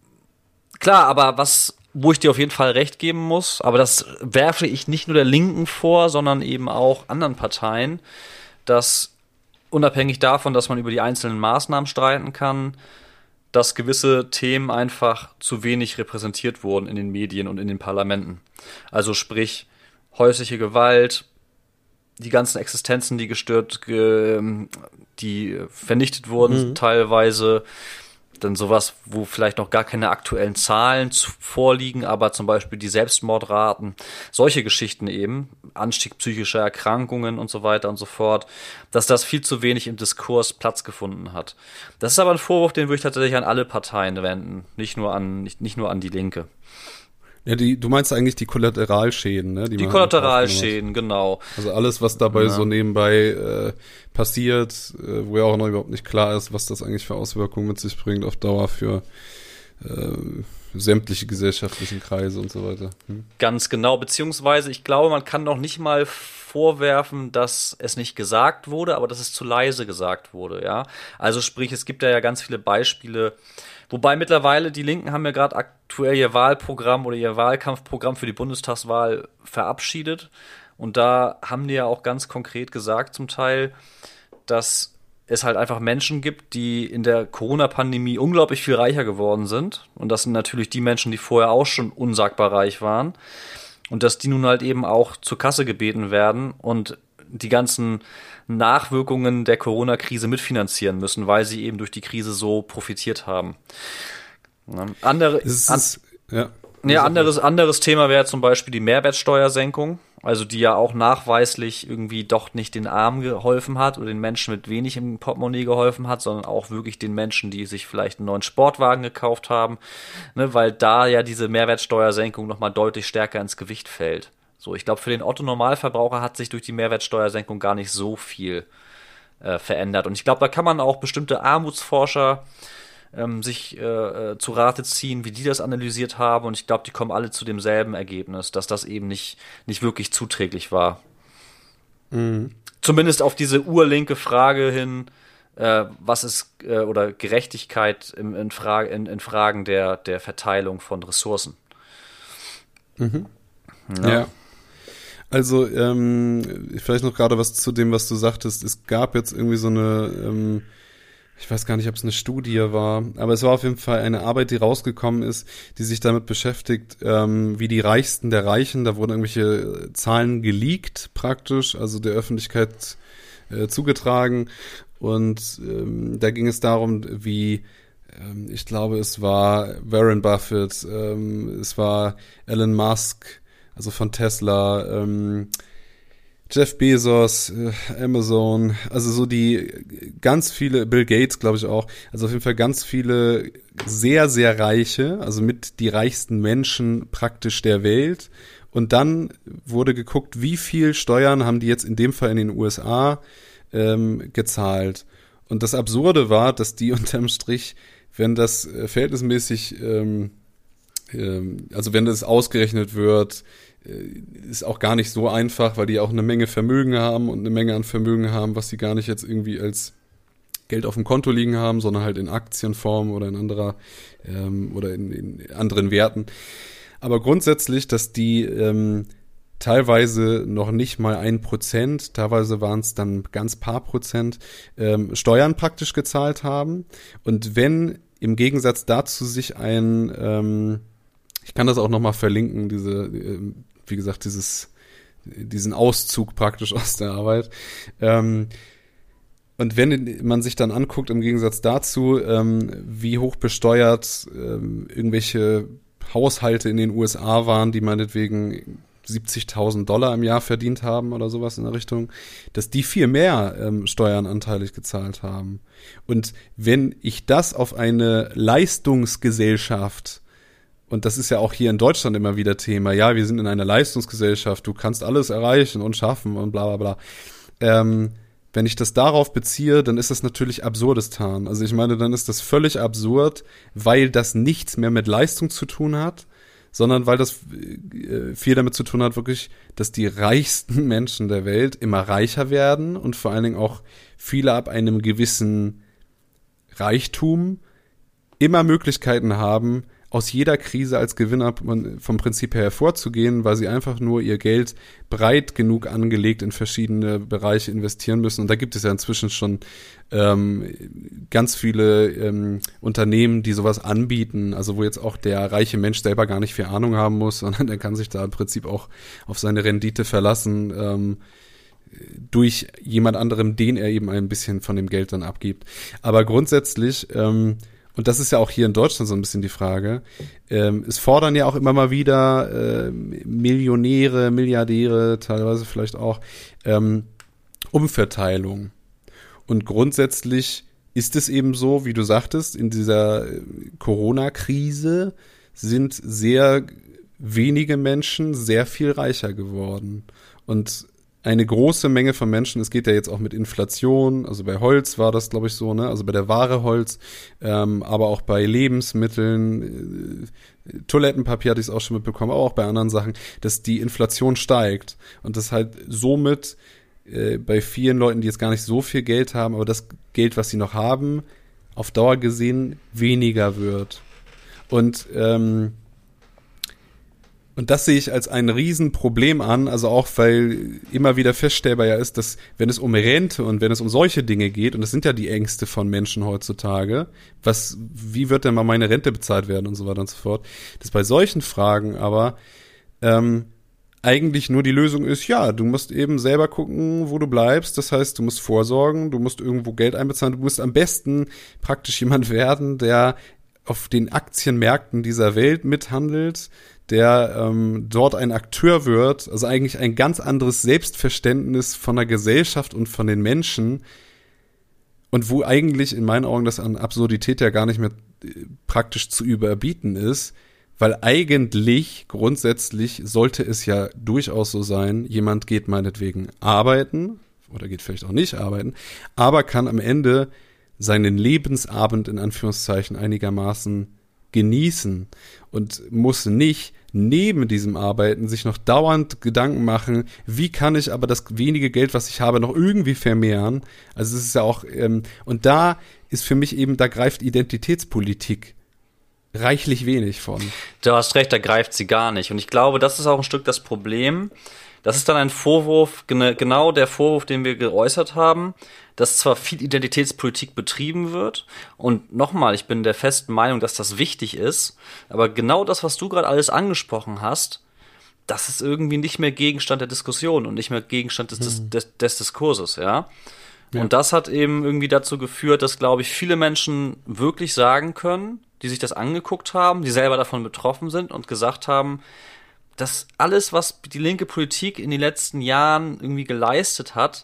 klar, aber was, wo ich dir auf jeden Fall recht geben muss, aber das werfe ich nicht nur der Linken vor, sondern eben auch anderen Parteien, dass unabhängig davon, dass man über die einzelnen Maßnahmen streiten kann, dass gewisse Themen einfach zu wenig repräsentiert wurden in den Medien und in den Parlamenten. Also sprich, häusliche Gewalt, die ganzen Existenzen, die gestört, ge, die vernichtet wurden, mhm. teilweise. Dann sowas, wo vielleicht noch gar keine aktuellen Zahlen vorliegen, aber zum Beispiel die Selbstmordraten, solche Geschichten eben, Anstieg psychischer Erkrankungen und so weiter und so fort, dass das viel zu wenig im Diskurs Platz gefunden hat. Das ist aber ein Vorwurf, den würde ich tatsächlich an alle Parteien wenden, nicht nur an, nicht, nicht nur an die Linke. Ja, die, du meinst eigentlich die Kollateralschäden, ne? Die, die Kollateralschäden, genau. Also alles, was dabei ja. so nebenbei äh, passiert, äh, wo ja auch noch überhaupt nicht klar ist, was das eigentlich für Auswirkungen mit sich bringt auf Dauer für äh, sämtliche gesellschaftlichen Kreise und so weiter. Hm? Ganz genau, beziehungsweise ich glaube, man kann noch nicht mal vorwerfen, dass es nicht gesagt wurde, aber dass es zu leise gesagt wurde, ja. Also sprich, es gibt da ja ganz viele Beispiele, wobei mittlerweile die Linken haben ja gerade aktuell ihr Wahlprogramm oder ihr Wahlkampfprogramm für die Bundestagswahl verabschiedet. Und da haben die ja auch ganz konkret gesagt zum Teil, dass es halt einfach Menschen gibt, die in der Corona-Pandemie unglaublich viel reicher geworden sind. Und das sind natürlich die Menschen, die vorher auch schon unsagbar reich waren. Und dass die nun halt eben auch zur Kasse gebeten werden und die ganzen Nachwirkungen der Corona-Krise mitfinanzieren müssen, weil sie eben durch die Krise so profitiert haben. Andere, ist, an, ja, ja, anderes, anderes Thema wäre zum Beispiel die Mehrwertsteuersenkung, also die ja auch nachweislich irgendwie doch nicht den Armen geholfen hat oder den Menschen mit wenig im Portemonnaie geholfen hat, sondern auch wirklich den Menschen, die sich vielleicht einen neuen Sportwagen gekauft haben, ne, weil da ja diese Mehrwertsteuersenkung nochmal deutlich stärker ins Gewicht fällt. So, ich glaube, für den Otto-Normalverbraucher hat sich durch die Mehrwertsteuersenkung gar nicht so viel äh, verändert. Und ich glaube, da kann man auch bestimmte Armutsforscher ähm, sich äh, zu Rate ziehen, wie die das analysiert haben. Und ich glaube, die kommen alle zu demselben Ergebnis, dass das eben nicht, nicht wirklich zuträglich war. Mhm. Zumindest auf diese urlinke Frage hin, äh, was ist, äh, oder Gerechtigkeit im, in, Fra- in, in Fragen der, der Verteilung von Ressourcen. Mhm. Ja. ja. Also, ähm, vielleicht noch gerade was zu dem, was du sagtest. Es gab jetzt irgendwie so eine, ähm, ich weiß gar nicht, ob es eine Studie war, aber es war auf jeden Fall eine Arbeit, die rausgekommen ist, die sich damit beschäftigt, ähm, wie die Reichsten der Reichen, da wurden irgendwelche Zahlen geleakt praktisch, also der Öffentlichkeit äh, zugetragen. Und ähm, da ging es darum, wie ähm, ich glaube, es war Warren Buffett, ähm, es war Elon Musk, also von Tesla, ähm, Jeff Bezos, äh, Amazon, also so die ganz viele, Bill Gates glaube ich auch, also auf jeden Fall ganz viele sehr, sehr reiche, also mit die reichsten Menschen praktisch der Welt. Und dann wurde geguckt, wie viel Steuern haben die jetzt in dem Fall in den U S A ähm, gezahlt. Und das Absurde war, dass die unterm Strich, wenn das äh, verhältnismäßig, ähm, ähm, also wenn das ausgerechnet wird, ist auch gar nicht so einfach, weil die auch eine Menge Vermögen haben und eine Menge an Vermögen haben, was sie gar nicht jetzt irgendwie als Geld auf dem Konto liegen haben, sondern halt in Aktienform oder in anderer ähm, oder in, in anderen Werten. Aber grundsätzlich, dass die ähm, teilweise noch nicht mal ein Prozent, teilweise waren es dann ganz paar Prozent, ähm, Steuern praktisch gezahlt haben. Und wenn im Gegensatz dazu sich ein ähm, ich kann das auch nochmal verlinken, diese, wie gesagt, dieses, diesen Auszug praktisch aus der Arbeit. Ähm, und wenn man sich dann anguckt, im Gegensatz dazu, ähm, wie hoch besteuert ähm, irgendwelche Haushalte in den U S A waren, die meinetwegen siebzigtausend Dollar im Jahr verdient haben oder sowas in der Richtung, dass die viel mehr ähm, Steuern anteilig gezahlt haben. Und wenn ich das auf eine Leistungsgesellschaft, und das ist ja auch hier in Deutschland immer wieder Thema, ja, wir sind in einer Leistungsgesellschaft, du kannst alles erreichen und schaffen und bla bla bla. Ähm, wenn ich das darauf beziehe, dann ist das natürlich Absurdistan. Also ich meine, dann ist das völlig absurd, weil das nichts mehr mit Leistung zu tun hat, sondern weil das äh, viel damit zu tun hat, wirklich, dass die reichsten Menschen der Welt immer reicher werden und vor allen Dingen auch viele ab einem gewissen Reichtum immer Möglichkeiten haben, aus jeder Krise als Gewinner vom Prinzip her hervorzugehen, weil sie einfach nur ihr Geld breit genug angelegt in verschiedene Bereiche investieren müssen. Und da gibt es ja inzwischen schon ähm, ganz viele ähm, Unternehmen, die sowas anbieten, also wo jetzt auch der reiche Mensch selber gar nicht viel Ahnung haben muss, sondern der kann sich da im Prinzip auch auf seine Rendite verlassen, ähm, durch jemand anderem, den er eben ein bisschen von dem Geld dann abgibt. Aber grundsätzlich ähm, und das ist ja auch hier in Deutschland so ein bisschen die Frage. Ähm, es fordern ja auch immer mal wieder äh, Millionäre, Milliardäre, teilweise vielleicht auch, ähm, Umverteilung. Und grundsätzlich ist es eben so, wie du sagtest, in dieser Corona-Krise sind sehr wenige Menschen sehr viel reicher geworden. Und eine große Menge von Menschen, es geht ja jetzt auch mit Inflation, also bei Holz war das, glaube ich, so, ne, also bei der Ware Holz, ähm, aber auch bei Lebensmitteln, äh, Toilettenpapier hatte ich es auch schon mitbekommen, aber auch bei anderen Sachen, dass die Inflation steigt und das halt somit äh, bei vielen Leuten, die jetzt gar nicht so viel Geld haben, aber das Geld, was sie noch haben, auf Dauer gesehen weniger wird. Und ähm, Und das sehe ich als ein Riesenproblem an, also auch, weil immer wieder feststellbar ja ist, dass wenn es um Rente und wenn es um solche Dinge geht, und das sind ja die Ängste von Menschen heutzutage, was, wie wird denn mal meine Rente bezahlt werden und so weiter und so fort, dass bei solchen Fragen aber ähm, eigentlich nur die Lösung ist, ja, du musst eben selber gucken, wo du bleibst, das heißt, du musst vorsorgen, du musst irgendwo Geld einbezahlen, du musst am besten praktisch jemand werden, der auf den Aktienmärkten dieser Welt mithandelt, der ähm, dort ein Akteur wird, also eigentlich ein ganz anderes Selbstverständnis von der Gesellschaft und von den Menschen und wo eigentlich in meinen Augen das an Absurdität ja gar nicht mehr äh, praktisch zu überbieten ist, weil eigentlich grundsätzlich sollte es ja durchaus so sein, jemand geht meinetwegen arbeiten oder geht vielleicht auch nicht arbeiten, aber kann am Ende seinen Lebensabend in Anführungszeichen einigermaßen genießen und muss nicht neben diesem Arbeiten sich noch dauernd Gedanken machen, wie kann ich aber das wenige Geld, was ich habe, noch irgendwie vermehren. Also es ist ja auch, ähm, und da ist für mich eben, da greift Identitätspolitik reichlich wenig von. Du hast recht, da greift sie gar nicht. Und ich glaube, das ist auch ein Stück das Problem. Das ist dann ein Vorwurf, genau der Vorwurf, den wir geäußert haben, dass zwar viel Identitätspolitik betrieben wird und nochmal, ich bin der festen Meinung, dass das wichtig ist, aber genau das, was du gerade alles angesprochen hast, das ist irgendwie nicht mehr Gegenstand der Diskussion und nicht mehr Gegenstand des, des, des, des Diskurses, ja? Ja. Und das hat eben irgendwie dazu geführt, dass, glaube ich, viele Menschen wirklich sagen können, die sich das angeguckt haben, die selber davon betroffen sind und gesagt haben, dass alles, was die linke Politik in den letzten Jahren irgendwie geleistet hat,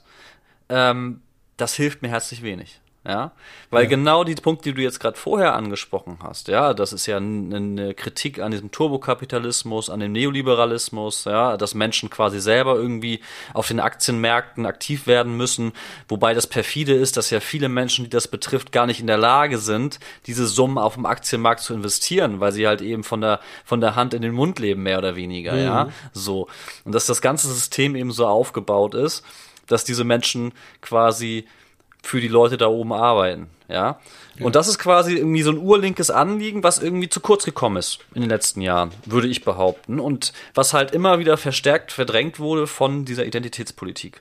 ähm, das hilft mir herzlich wenig. Ja, weil ja. genau die Punkte, die du jetzt gerade vorher angesprochen hast, ja, das ist ja eine Kritik an diesem Turbokapitalismus, an dem Neoliberalismus, ja, dass Menschen quasi selber irgendwie auf den Aktienmärkten aktiv werden müssen, wobei das perfide ist, dass ja viele Menschen, die das betrifft, gar nicht in der Lage sind, diese Summen auf dem Aktienmarkt zu investieren, weil sie halt eben von der von der Hand in den Mund leben, mehr oder weniger, mhm. ja, so. Und dass das ganze System eben so aufgebaut ist, dass diese Menschen quasi für die Leute da oben arbeiten, ja? ja. Und das ist quasi irgendwie so ein urlinkes Anliegen, was irgendwie zu kurz gekommen ist in den letzten Jahren, würde ich behaupten. Und was halt immer wieder verstärkt verdrängt wurde von dieser Identitätspolitik.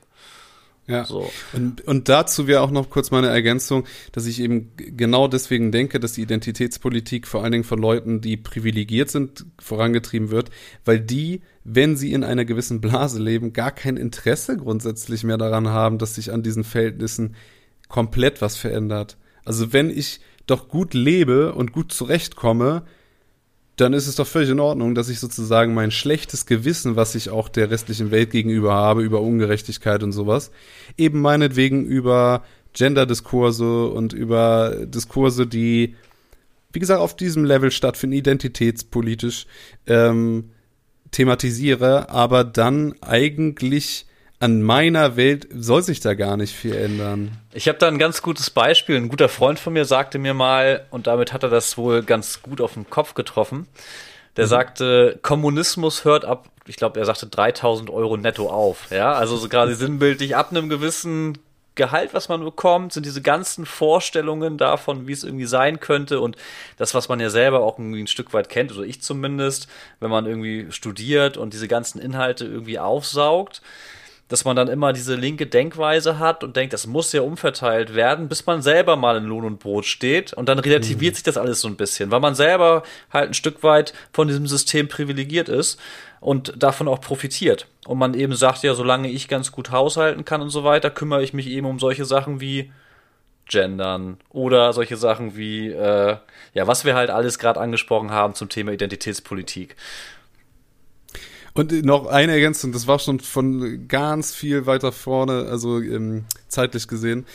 Ja, so. und, und dazu wäre auch noch kurz meine Ergänzung, dass ich eben genau deswegen denke, dass die Identitätspolitik vor allen Dingen von Leuten, die privilegiert sind, vorangetrieben wird, weil die, wenn sie in einer gewissen Blase leben, gar kein Interesse grundsätzlich mehr daran haben, dass sich an diesen Verhältnissen komplett was verändert. Also wenn ich doch gut lebe und gut zurechtkomme, dann ist es doch völlig in Ordnung, dass ich sozusagen mein schlechtes Gewissen, was ich auch der restlichen Welt gegenüber habe, über Ungerechtigkeit und sowas, eben meinetwegen über Gender-Diskurse und über Diskurse, die, wie gesagt, auf diesem Level stattfinden, identitätspolitisch, ähm, thematisiere, aber dann eigentlich an meiner Welt soll sich da gar nicht viel ändern. Ich habe da ein ganz gutes Beispiel. Ein guter Freund von mir sagte mir mal, und damit hat er das wohl ganz gut auf den Kopf getroffen, der mhm. sagte, Kommunismus hört ab, ich glaube, er sagte dreitausend Euro netto auf. Ja, also so gerade sinnbildlich ab einem gewissen Gehalt, was man bekommt, sind diese ganzen Vorstellungen davon, wie es irgendwie sein könnte und das, was man ja selber auch irgendwie ein Stück weit kennt, oder ich zumindest, wenn man irgendwie studiert und diese ganzen Inhalte irgendwie aufsaugt, dass man dann immer diese linke Denkweise hat und denkt, das muss ja umverteilt werden, bis man selber mal in Lohn und Brot steht und dann relativiert mhm. sich das alles so ein bisschen, weil man selber halt ein Stück weit von diesem System privilegiert ist und davon auch profitiert. Und man eben sagt, ja, solange ich ganz gut haushalten kann und so weiter, kümmere ich mich eben um solche Sachen wie Gendern oder solche Sachen wie, äh, ja, was wir halt alles gerade angesprochen haben zum Thema Identitätspolitik. Und noch eine Ergänzung, das war schon von ganz viel weiter vorne, also ähm, zeitlich gesehen.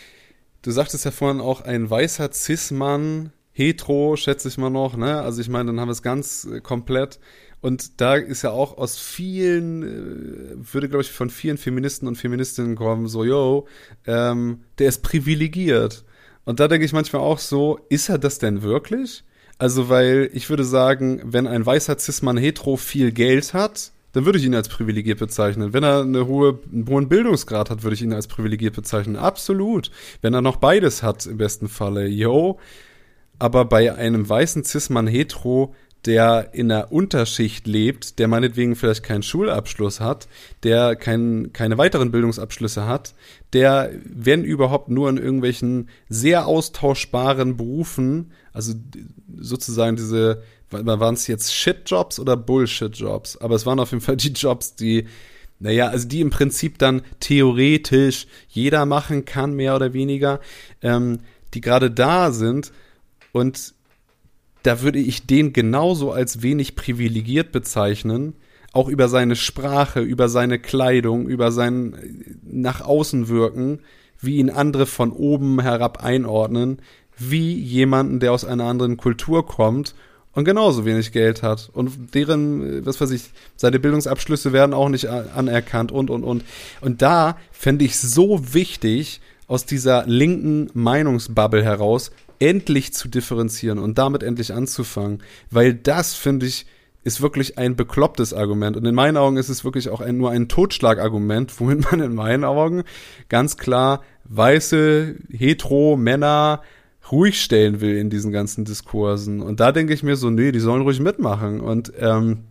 Du sagtest ja vorhin auch, ein weißer Cis-Mann, hetero, schätze ich mal noch, ne? Also ich meine, dann haben wir es ganz äh, komplett. Und da ist ja auch aus vielen, äh, würde glaube ich von vielen Feministen und Feministinnen kommen, so, yo, ähm, der ist privilegiert. Und da denke ich manchmal auch so, ist er das denn wirklich? Also, weil ich würde sagen, wenn ein weißer Cis-Mann hetero viel Geld hat, dann würde ich ihn als privilegiert bezeichnen. Wenn er eine hohe, einen hohen Bildungsgrad hat, würde ich ihn als privilegiert bezeichnen. Absolut. Wenn er noch beides hat, im besten Falle, yo. Aber bei einem weißen Cis-Mann hetero, der in der Unterschicht lebt, der meinetwegen vielleicht keinen Schulabschluss hat, der kein, keine weiteren Bildungsabschlüsse hat, der, wenn überhaupt, nur in irgendwelchen sehr austauschbaren Berufen, also sozusagen diese, waren es jetzt Shit-Jobs oder Bullshit-Jobs? Aber es waren auf jeden Fall die Jobs, die, naja, also die im Prinzip dann theoretisch jeder machen kann, mehr oder weniger, ähm, die gerade da sind und da würde ich den genauso als wenig privilegiert bezeichnen, auch über seine Sprache, über seine Kleidung, über sein nach außen wirken, wie ihn andere von oben herab einordnen, wie jemanden, der aus einer anderen Kultur kommt und genauso wenig Geld hat und deren, was weiß ich, seine Bildungsabschlüsse werden auch nicht anerkannt und, und, und. Und da fände ich so wichtig, aus dieser linken Meinungsbubble heraus endlich zu differenzieren und damit endlich anzufangen, weil das, finde ich, ist wirklich ein beklopptes Argument und in meinen Augen ist es wirklich auch ein, nur ein Totschlagargument, wohin man in meinen Augen ganz klar weiße, hetero Männer ruhig stellen will in diesen ganzen Diskursen und da denke ich mir so, nee, die sollen ruhig mitmachen und ähm,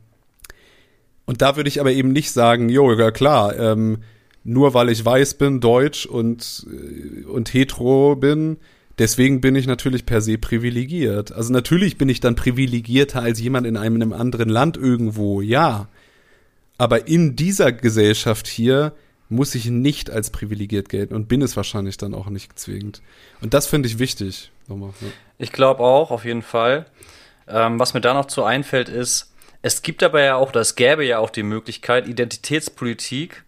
und da würde ich aber eben nicht sagen, jo, ja klar, ähm, nur weil ich weiß bin, deutsch und und hetero bin, deswegen bin ich natürlich per se privilegiert. Also natürlich bin ich dann privilegierter als jemand in einem, in einem anderen Land irgendwo, ja. Aber in dieser Gesellschaft hier muss ich nicht als privilegiert gelten und bin es wahrscheinlich dann auch nicht zwingend. Und das finde ich wichtig. Nochmal, ja. Ich glaube auch, auf jeden Fall. Ähm, was mir da noch zu einfällt ist, Es gibt aber ja auch, das gäbe ja auch die Möglichkeit, Identitätspolitik,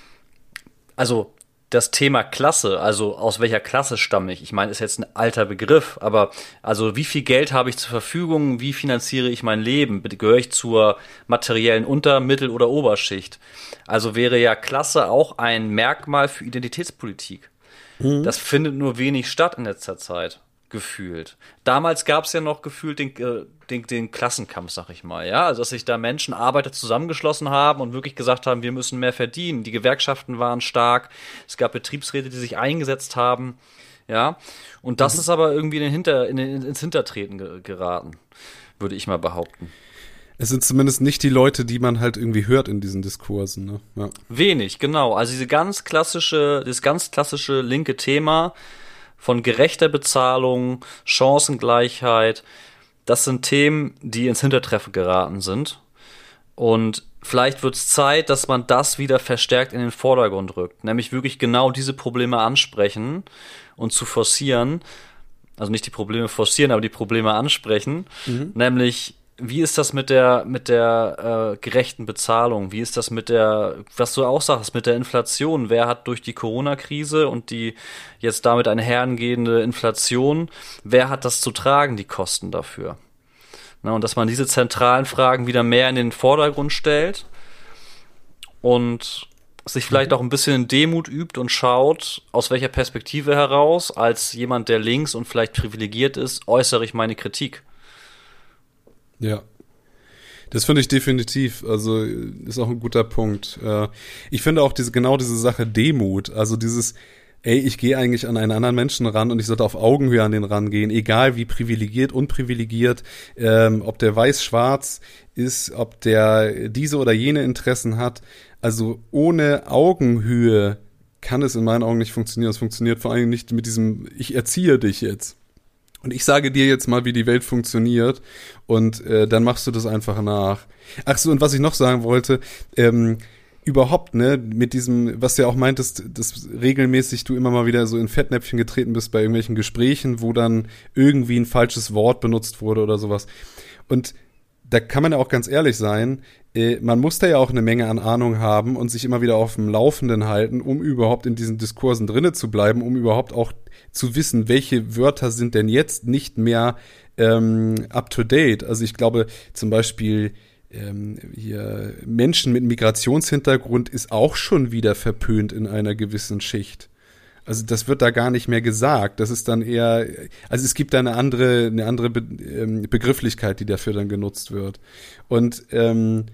also das Thema Klasse, also aus welcher Klasse stamme ich? Ich meine, ist jetzt ein alter Begriff, aber also wie viel Geld habe ich zur Verfügung? Wie finanziere ich mein Leben? Gehöre ich zur materiellen Unter-, Mittel- oder Oberschicht? Also wäre ja Klasse auch ein Merkmal für Identitätspolitik. Mhm. Das findet nur wenig statt in letzter Zeit, gefühlt. Damals gab es ja noch gefühlt den, äh, den, den Klassenkampf, sag ich mal, ja, also dass sich da Menschen, Arbeiter zusammengeschlossen haben und wirklich gesagt haben, wir müssen mehr verdienen. Die Gewerkschaften waren stark, es gab Betriebsräte, die sich eingesetzt haben, ja, und das mhm. ist aber irgendwie in den Hinter, in den, ins Hintertreten ge- geraten, würde ich mal behaupten. Es sind zumindest nicht die Leute, die man halt irgendwie hört in diesen Diskursen, ne? Ja. Wenig, genau. Also diese ganz klassische, das ganz klassische linke Thema von gerechter Bezahlung, Chancengleichheit, das sind Themen, die ins Hintertreffen geraten sind. Und vielleicht wird es Zeit, dass man das wieder verstärkt in den Vordergrund rückt. Nämlich wirklich genau diese Probleme ansprechen und zu forcieren. Also nicht die Probleme forcieren, aber die Probleme ansprechen. Mhm. Nämlich, wie ist das mit der mit der äh, gerechten Bezahlung? Wie ist das mit der, was du auch sagst, mit der Inflation? Wer hat durch die Corona-Krise und die jetzt damit einhergehende Inflation, wer hat das zu tragen, die Kosten dafür? Na, und dass man diese zentralen Fragen wieder mehr in den Vordergrund stellt und sich vielleicht auch ein bisschen in Demut übt und schaut, aus welcher Perspektive heraus, als jemand, der links und vielleicht privilegiert ist, äußere ich meine Kritik. Ja, das finde ich definitiv, also ist auch ein guter Punkt. Ich finde auch diese genau diese Sache Demut, also dieses, ey, ich gehe eigentlich an einen anderen Menschen ran und ich sollte auf Augenhöhe an den rangehen, egal wie privilegiert, unprivilegiert, ähm, ob der weiß-schwarz ist, ob der diese oder jene Interessen hat. Also ohne Augenhöhe kann es in meinen Augen nicht funktionieren. Es funktioniert vor allem nicht mit diesem, ich erziehe dich jetzt. Und ich sage dir jetzt mal, wie die Welt funktioniert und äh, dann machst du das einfach nach. Ach so, und was ich noch sagen wollte, ähm, überhaupt, ne, mit diesem, was du ja auch meintest, dass regelmäßig du immer mal wieder so in Fettnäpfchen getreten bist bei irgendwelchen Gesprächen, wo dann irgendwie ein falsches Wort benutzt wurde oder sowas. Und da kann man ja auch ganz ehrlich sein, äh, man muss da ja auch eine Menge an Ahnung haben und sich immer wieder auf dem Laufenden halten, um überhaupt in diesen Diskursen drinne zu bleiben, um überhaupt auch zu wissen, welche Wörter sind denn jetzt nicht mehr ähm, up to date. Also ich glaube zum Beispiel ähm, hier Menschen mit Migrationshintergrund ist auch schon wieder verpönt in einer gewissen Schicht. Also das wird da gar nicht mehr gesagt. Das ist dann eher, also es gibt da eine andere, eine andere Be- ähm, Begrifflichkeit, die dafür dann genutzt wird. Und ähm,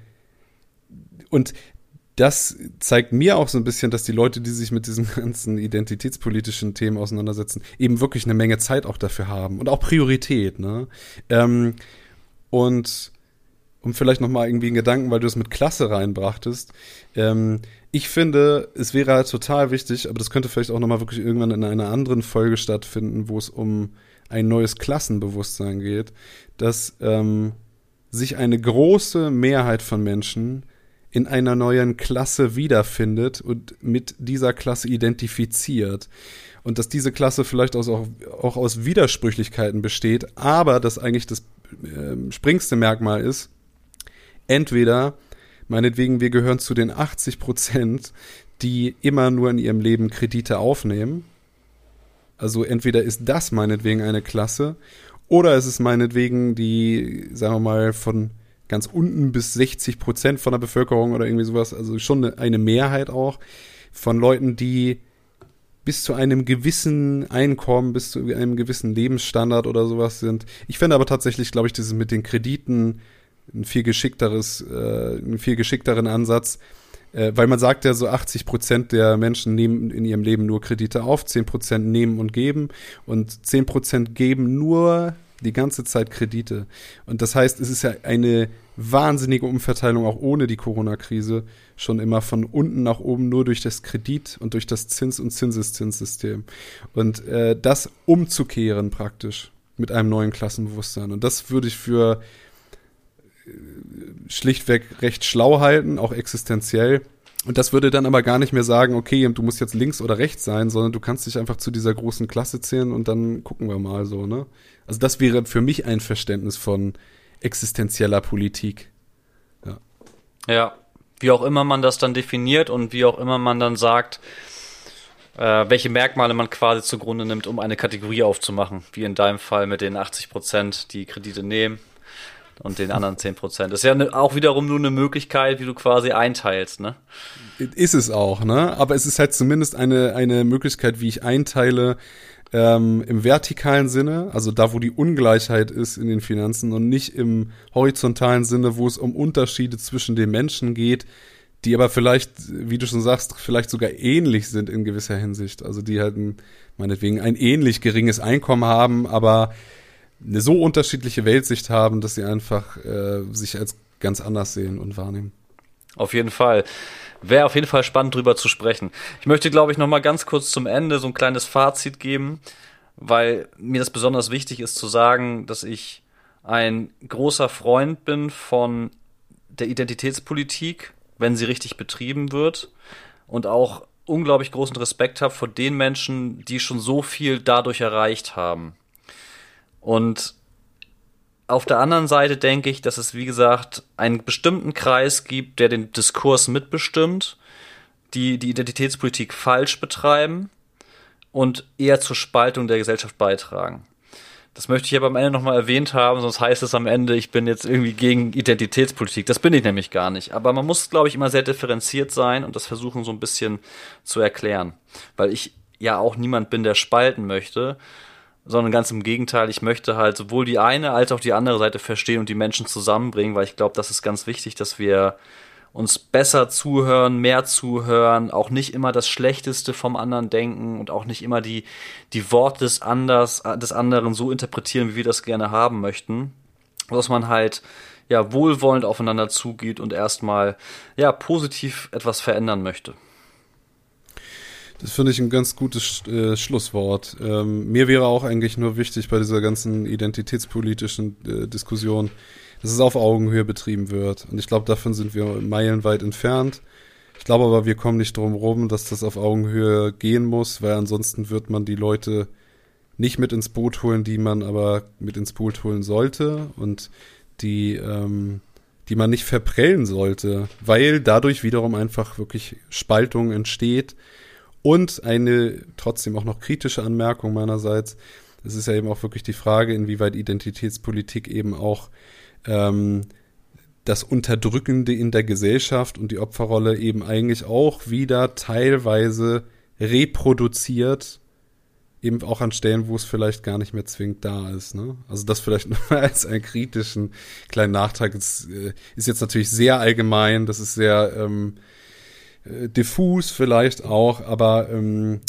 und das zeigt mir auch so ein bisschen, dass die Leute, die sich mit diesen ganzen identitätspolitischen Themen auseinandersetzen, eben wirklich eine Menge Zeit auch dafür haben und auch Priorität, ne? Ähm, und um vielleicht noch mal irgendwie einen Gedanken, weil du es mit Klasse reinbrachtest, ähm, ich finde, es wäre halt total wichtig, aber das könnte vielleicht auch noch mal wirklich irgendwann in einer anderen Folge stattfinden, wo es um ein neues Klassenbewusstsein geht, dass ähm, sich eine große Mehrheit von Menschen in einer neuen Klasse wiederfindet und mit dieser Klasse identifiziert. Und dass diese Klasse vielleicht auch, auch aus Widersprüchlichkeiten besteht, aber dass eigentlich das äh, springste Merkmal ist, entweder, meinetwegen, wir gehören zu den achtzig Prozent, die immer nur in ihrem Leben Kredite aufnehmen. Also entweder ist das meinetwegen eine Klasse, oder ist es meinetwegen die, sagen wir mal, von ganz unten bis sechzig Prozent von der Bevölkerung oder irgendwie sowas, also schon eine Mehrheit auch von Leuten, die bis zu einem gewissen Einkommen, bis zu einem gewissen Lebensstandard oder sowas sind. Ich finde aber tatsächlich, glaube ich, dieses mit den Krediten ein viel geschickteres, äh, einen viel geschickteren Ansatz, äh, weil man sagt ja so achtzig Prozent der Menschen nehmen in ihrem Leben nur Kredite auf, zehn Prozent nehmen und geben und zehn Prozent geben nur die ganze Zeit Kredite. Und das heißt, es ist ja eine wahnsinnige Umverteilung auch ohne die Corona-Krise schon immer von unten nach oben nur durch das Kredit und durch das Zins- und Zinseszinssystem. Und äh, das umzukehren praktisch mit einem neuen Klassenbewusstsein. Und das würde ich für äh, schlichtweg recht schlau halten, auch existenziell. Und das würde dann aber gar nicht mehr sagen, okay, du musst jetzt links oder rechts sein, sondern du kannst dich einfach zu dieser großen Klasse zählen und dann gucken wir mal so, ne? Also das wäre für mich ein Verständnis von existenzieller Politik. Ja, wie auch immer man das dann definiert und wie auch immer man dann sagt, äh, welche Merkmale man quasi zugrunde nimmt, um eine Kategorie aufzumachen, wie in deinem Fall mit den achtzig Prozent, die Kredite nehmen und den anderen zehn Prozent. Das ist ja ne, auch wiederum nur eine Möglichkeit, wie du quasi einteilst, ne? Ist es auch, ne? Aber es ist halt zumindest eine, eine Möglichkeit, wie ich einteile, ähm, im vertikalen Sinne, also da, wo die Ungleichheit ist in den Finanzen und nicht im horizontalen Sinne, wo es um Unterschiede zwischen den Menschen geht, die aber vielleicht, wie du schon sagst, vielleicht sogar ähnlich sind in gewisser Hinsicht. Also die halt ein, meinetwegen ein ähnlich geringes Einkommen haben, aber eine so unterschiedliche Weltsicht haben, dass sie einfach äh, sich als ganz anders sehen und wahrnehmen. Auf jeden Fall. Wäre auf jeden Fall spannend, drüber zu sprechen. Ich möchte, glaube ich, noch mal ganz kurz zum Ende so ein kleines Fazit geben, weil mir das besonders wichtig ist zu sagen, dass ich ein großer Freund bin von der Identitätspolitik, wenn sie richtig betrieben wird, und auch unglaublich großen Respekt habe vor den Menschen, die schon so viel dadurch erreicht haben. Und auf der anderen Seite denke ich, dass es, wie gesagt, einen bestimmten Kreis gibt, der den Diskurs mitbestimmt, die die Identitätspolitik falsch betreiben und eher zur Spaltung der Gesellschaft beitragen. Das möchte ich aber am Ende nochmal erwähnt haben, sonst heißt es am Ende, ich bin jetzt irgendwie gegen Identitätspolitik. Das bin ich nämlich gar nicht. Aber man muss, glaube ich, immer sehr differenziert sein und das versuchen so ein bisschen zu erklären. Weil ich ja auch niemand bin, der spalten möchte, sondern ganz im Gegenteil, ich möchte halt sowohl die eine als auch die andere Seite verstehen und die Menschen zusammenbringen, weil ich glaube, das ist ganz wichtig, dass wir uns besser zuhören, mehr zuhören, auch nicht immer das Schlechteste vom anderen denken und auch nicht immer die, die Worte des, anders, des anderen so interpretieren, wie wir das gerne haben möchten, dass man halt ja wohlwollend aufeinander zugeht und erstmal ja positiv etwas verändern möchte. Das finde ich ein ganz gutes äh, Schlusswort. Ähm, mir wäre auch eigentlich nur wichtig bei dieser ganzen identitätspolitischen äh, Diskussion, dass es auf Augenhöhe betrieben wird. Und ich glaube, davon sind wir meilenweit entfernt. Ich glaube aber, wir kommen nicht drum rum, dass das auf Augenhöhe gehen muss, weil ansonsten wird man die Leute nicht mit ins Boot holen, die man aber mit ins Boot holen sollte und die, ähm, die man nicht verprellen sollte, weil dadurch wiederum einfach wirklich Spaltung entsteht. Und eine trotzdem auch noch kritische Anmerkung meinerseits. Es ist ja eben auch wirklich die Frage, inwieweit Identitätspolitik eben auch ähm, das Unterdrückende in der Gesellschaft und die Opferrolle eben eigentlich auch wieder teilweise reproduziert, eben auch an Stellen, wo es vielleicht gar nicht mehr zwingend da ist. Ne? Also das vielleicht noch mal als einen kritischen kleinen Nachtrag. Das äh, ist jetzt natürlich sehr allgemein, das ist sehr ähm, diffus vielleicht auch, aber ähm,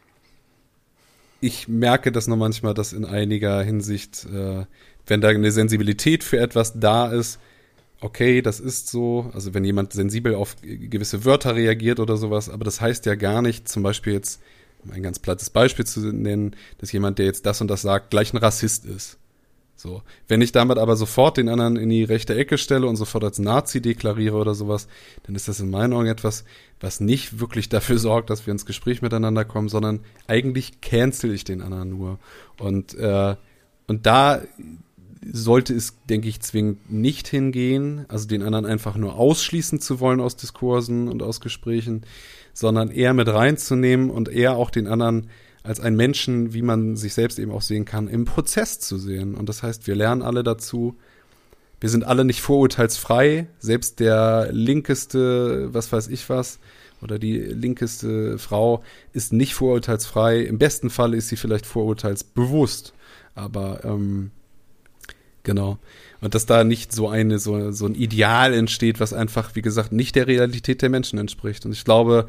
ich merke das noch manchmal, dass in einiger Hinsicht, äh, wenn da eine Sensibilität für etwas da ist, okay, das ist so, also wenn jemand sensibel auf gewisse Wörter reagiert oder sowas, aber das heißt ja gar nicht, zum Beispiel jetzt, um ein ganz plattes Beispiel zu nennen, dass jemand, der jetzt das und das sagt, gleich ein Rassist ist. So, wenn ich damit aber sofort den anderen in die rechte Ecke stelle und sofort als Nazi deklariere oder sowas, dann ist das in meinen Augen etwas, was nicht wirklich dafür sorgt, dass wir ins Gespräch miteinander kommen, sondern eigentlich cancel ich den anderen nur. Und äh, und da sollte es, denke ich, zwingend nicht hingehen, also den anderen einfach nur ausschließen zu wollen aus Diskursen und aus Gesprächen, sondern eher mit reinzunehmen und eher auch den anderen als einen Menschen, wie man sich selbst eben auch sehen kann, im Prozess zu sehen. Und das heißt, wir lernen alle dazu. Wir sind alle nicht vorurteilsfrei. Selbst der linkeste, was weiß ich was, oder die linkeste Frau ist nicht vorurteilsfrei. Im besten Fall ist sie vielleicht vorurteilsbewusst. Aber ähm, genau. Und dass da nicht so eine so, so ein Ideal entsteht, was einfach, wie gesagt, nicht der Realität der Menschen entspricht. Und ich glaube,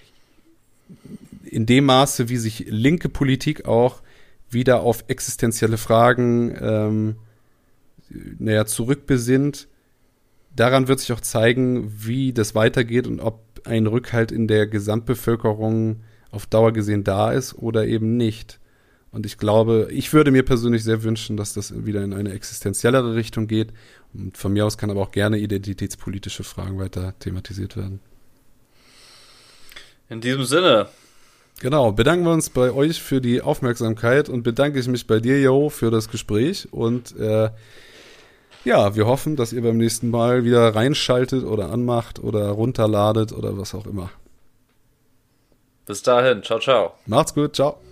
in dem Maße, wie sich linke Politik auch wieder auf existenzielle Fragen ähm, naja, zurückbesinnt, daran wird sich auch zeigen, wie das weitergeht und ob ein Rückhalt in der Gesamtbevölkerung auf Dauer gesehen da ist oder eben nicht. Und ich glaube, ich würde mir persönlich sehr wünschen, dass das wieder in eine existenziellere Richtung geht. Und von mir aus kann aber auch gerne identitätspolitische Fragen weiter thematisiert werden. In diesem Sinne. Genau, bedanken wir uns bei euch für die Aufmerksamkeit und bedanke ich mich bei dir, Jo, für das Gespräch. Und äh, ja, wir hoffen, dass ihr beim nächsten Mal wieder reinschaltet oder anmacht oder runterladet oder was auch immer. Bis dahin, ciao, ciao. Macht's gut, ciao.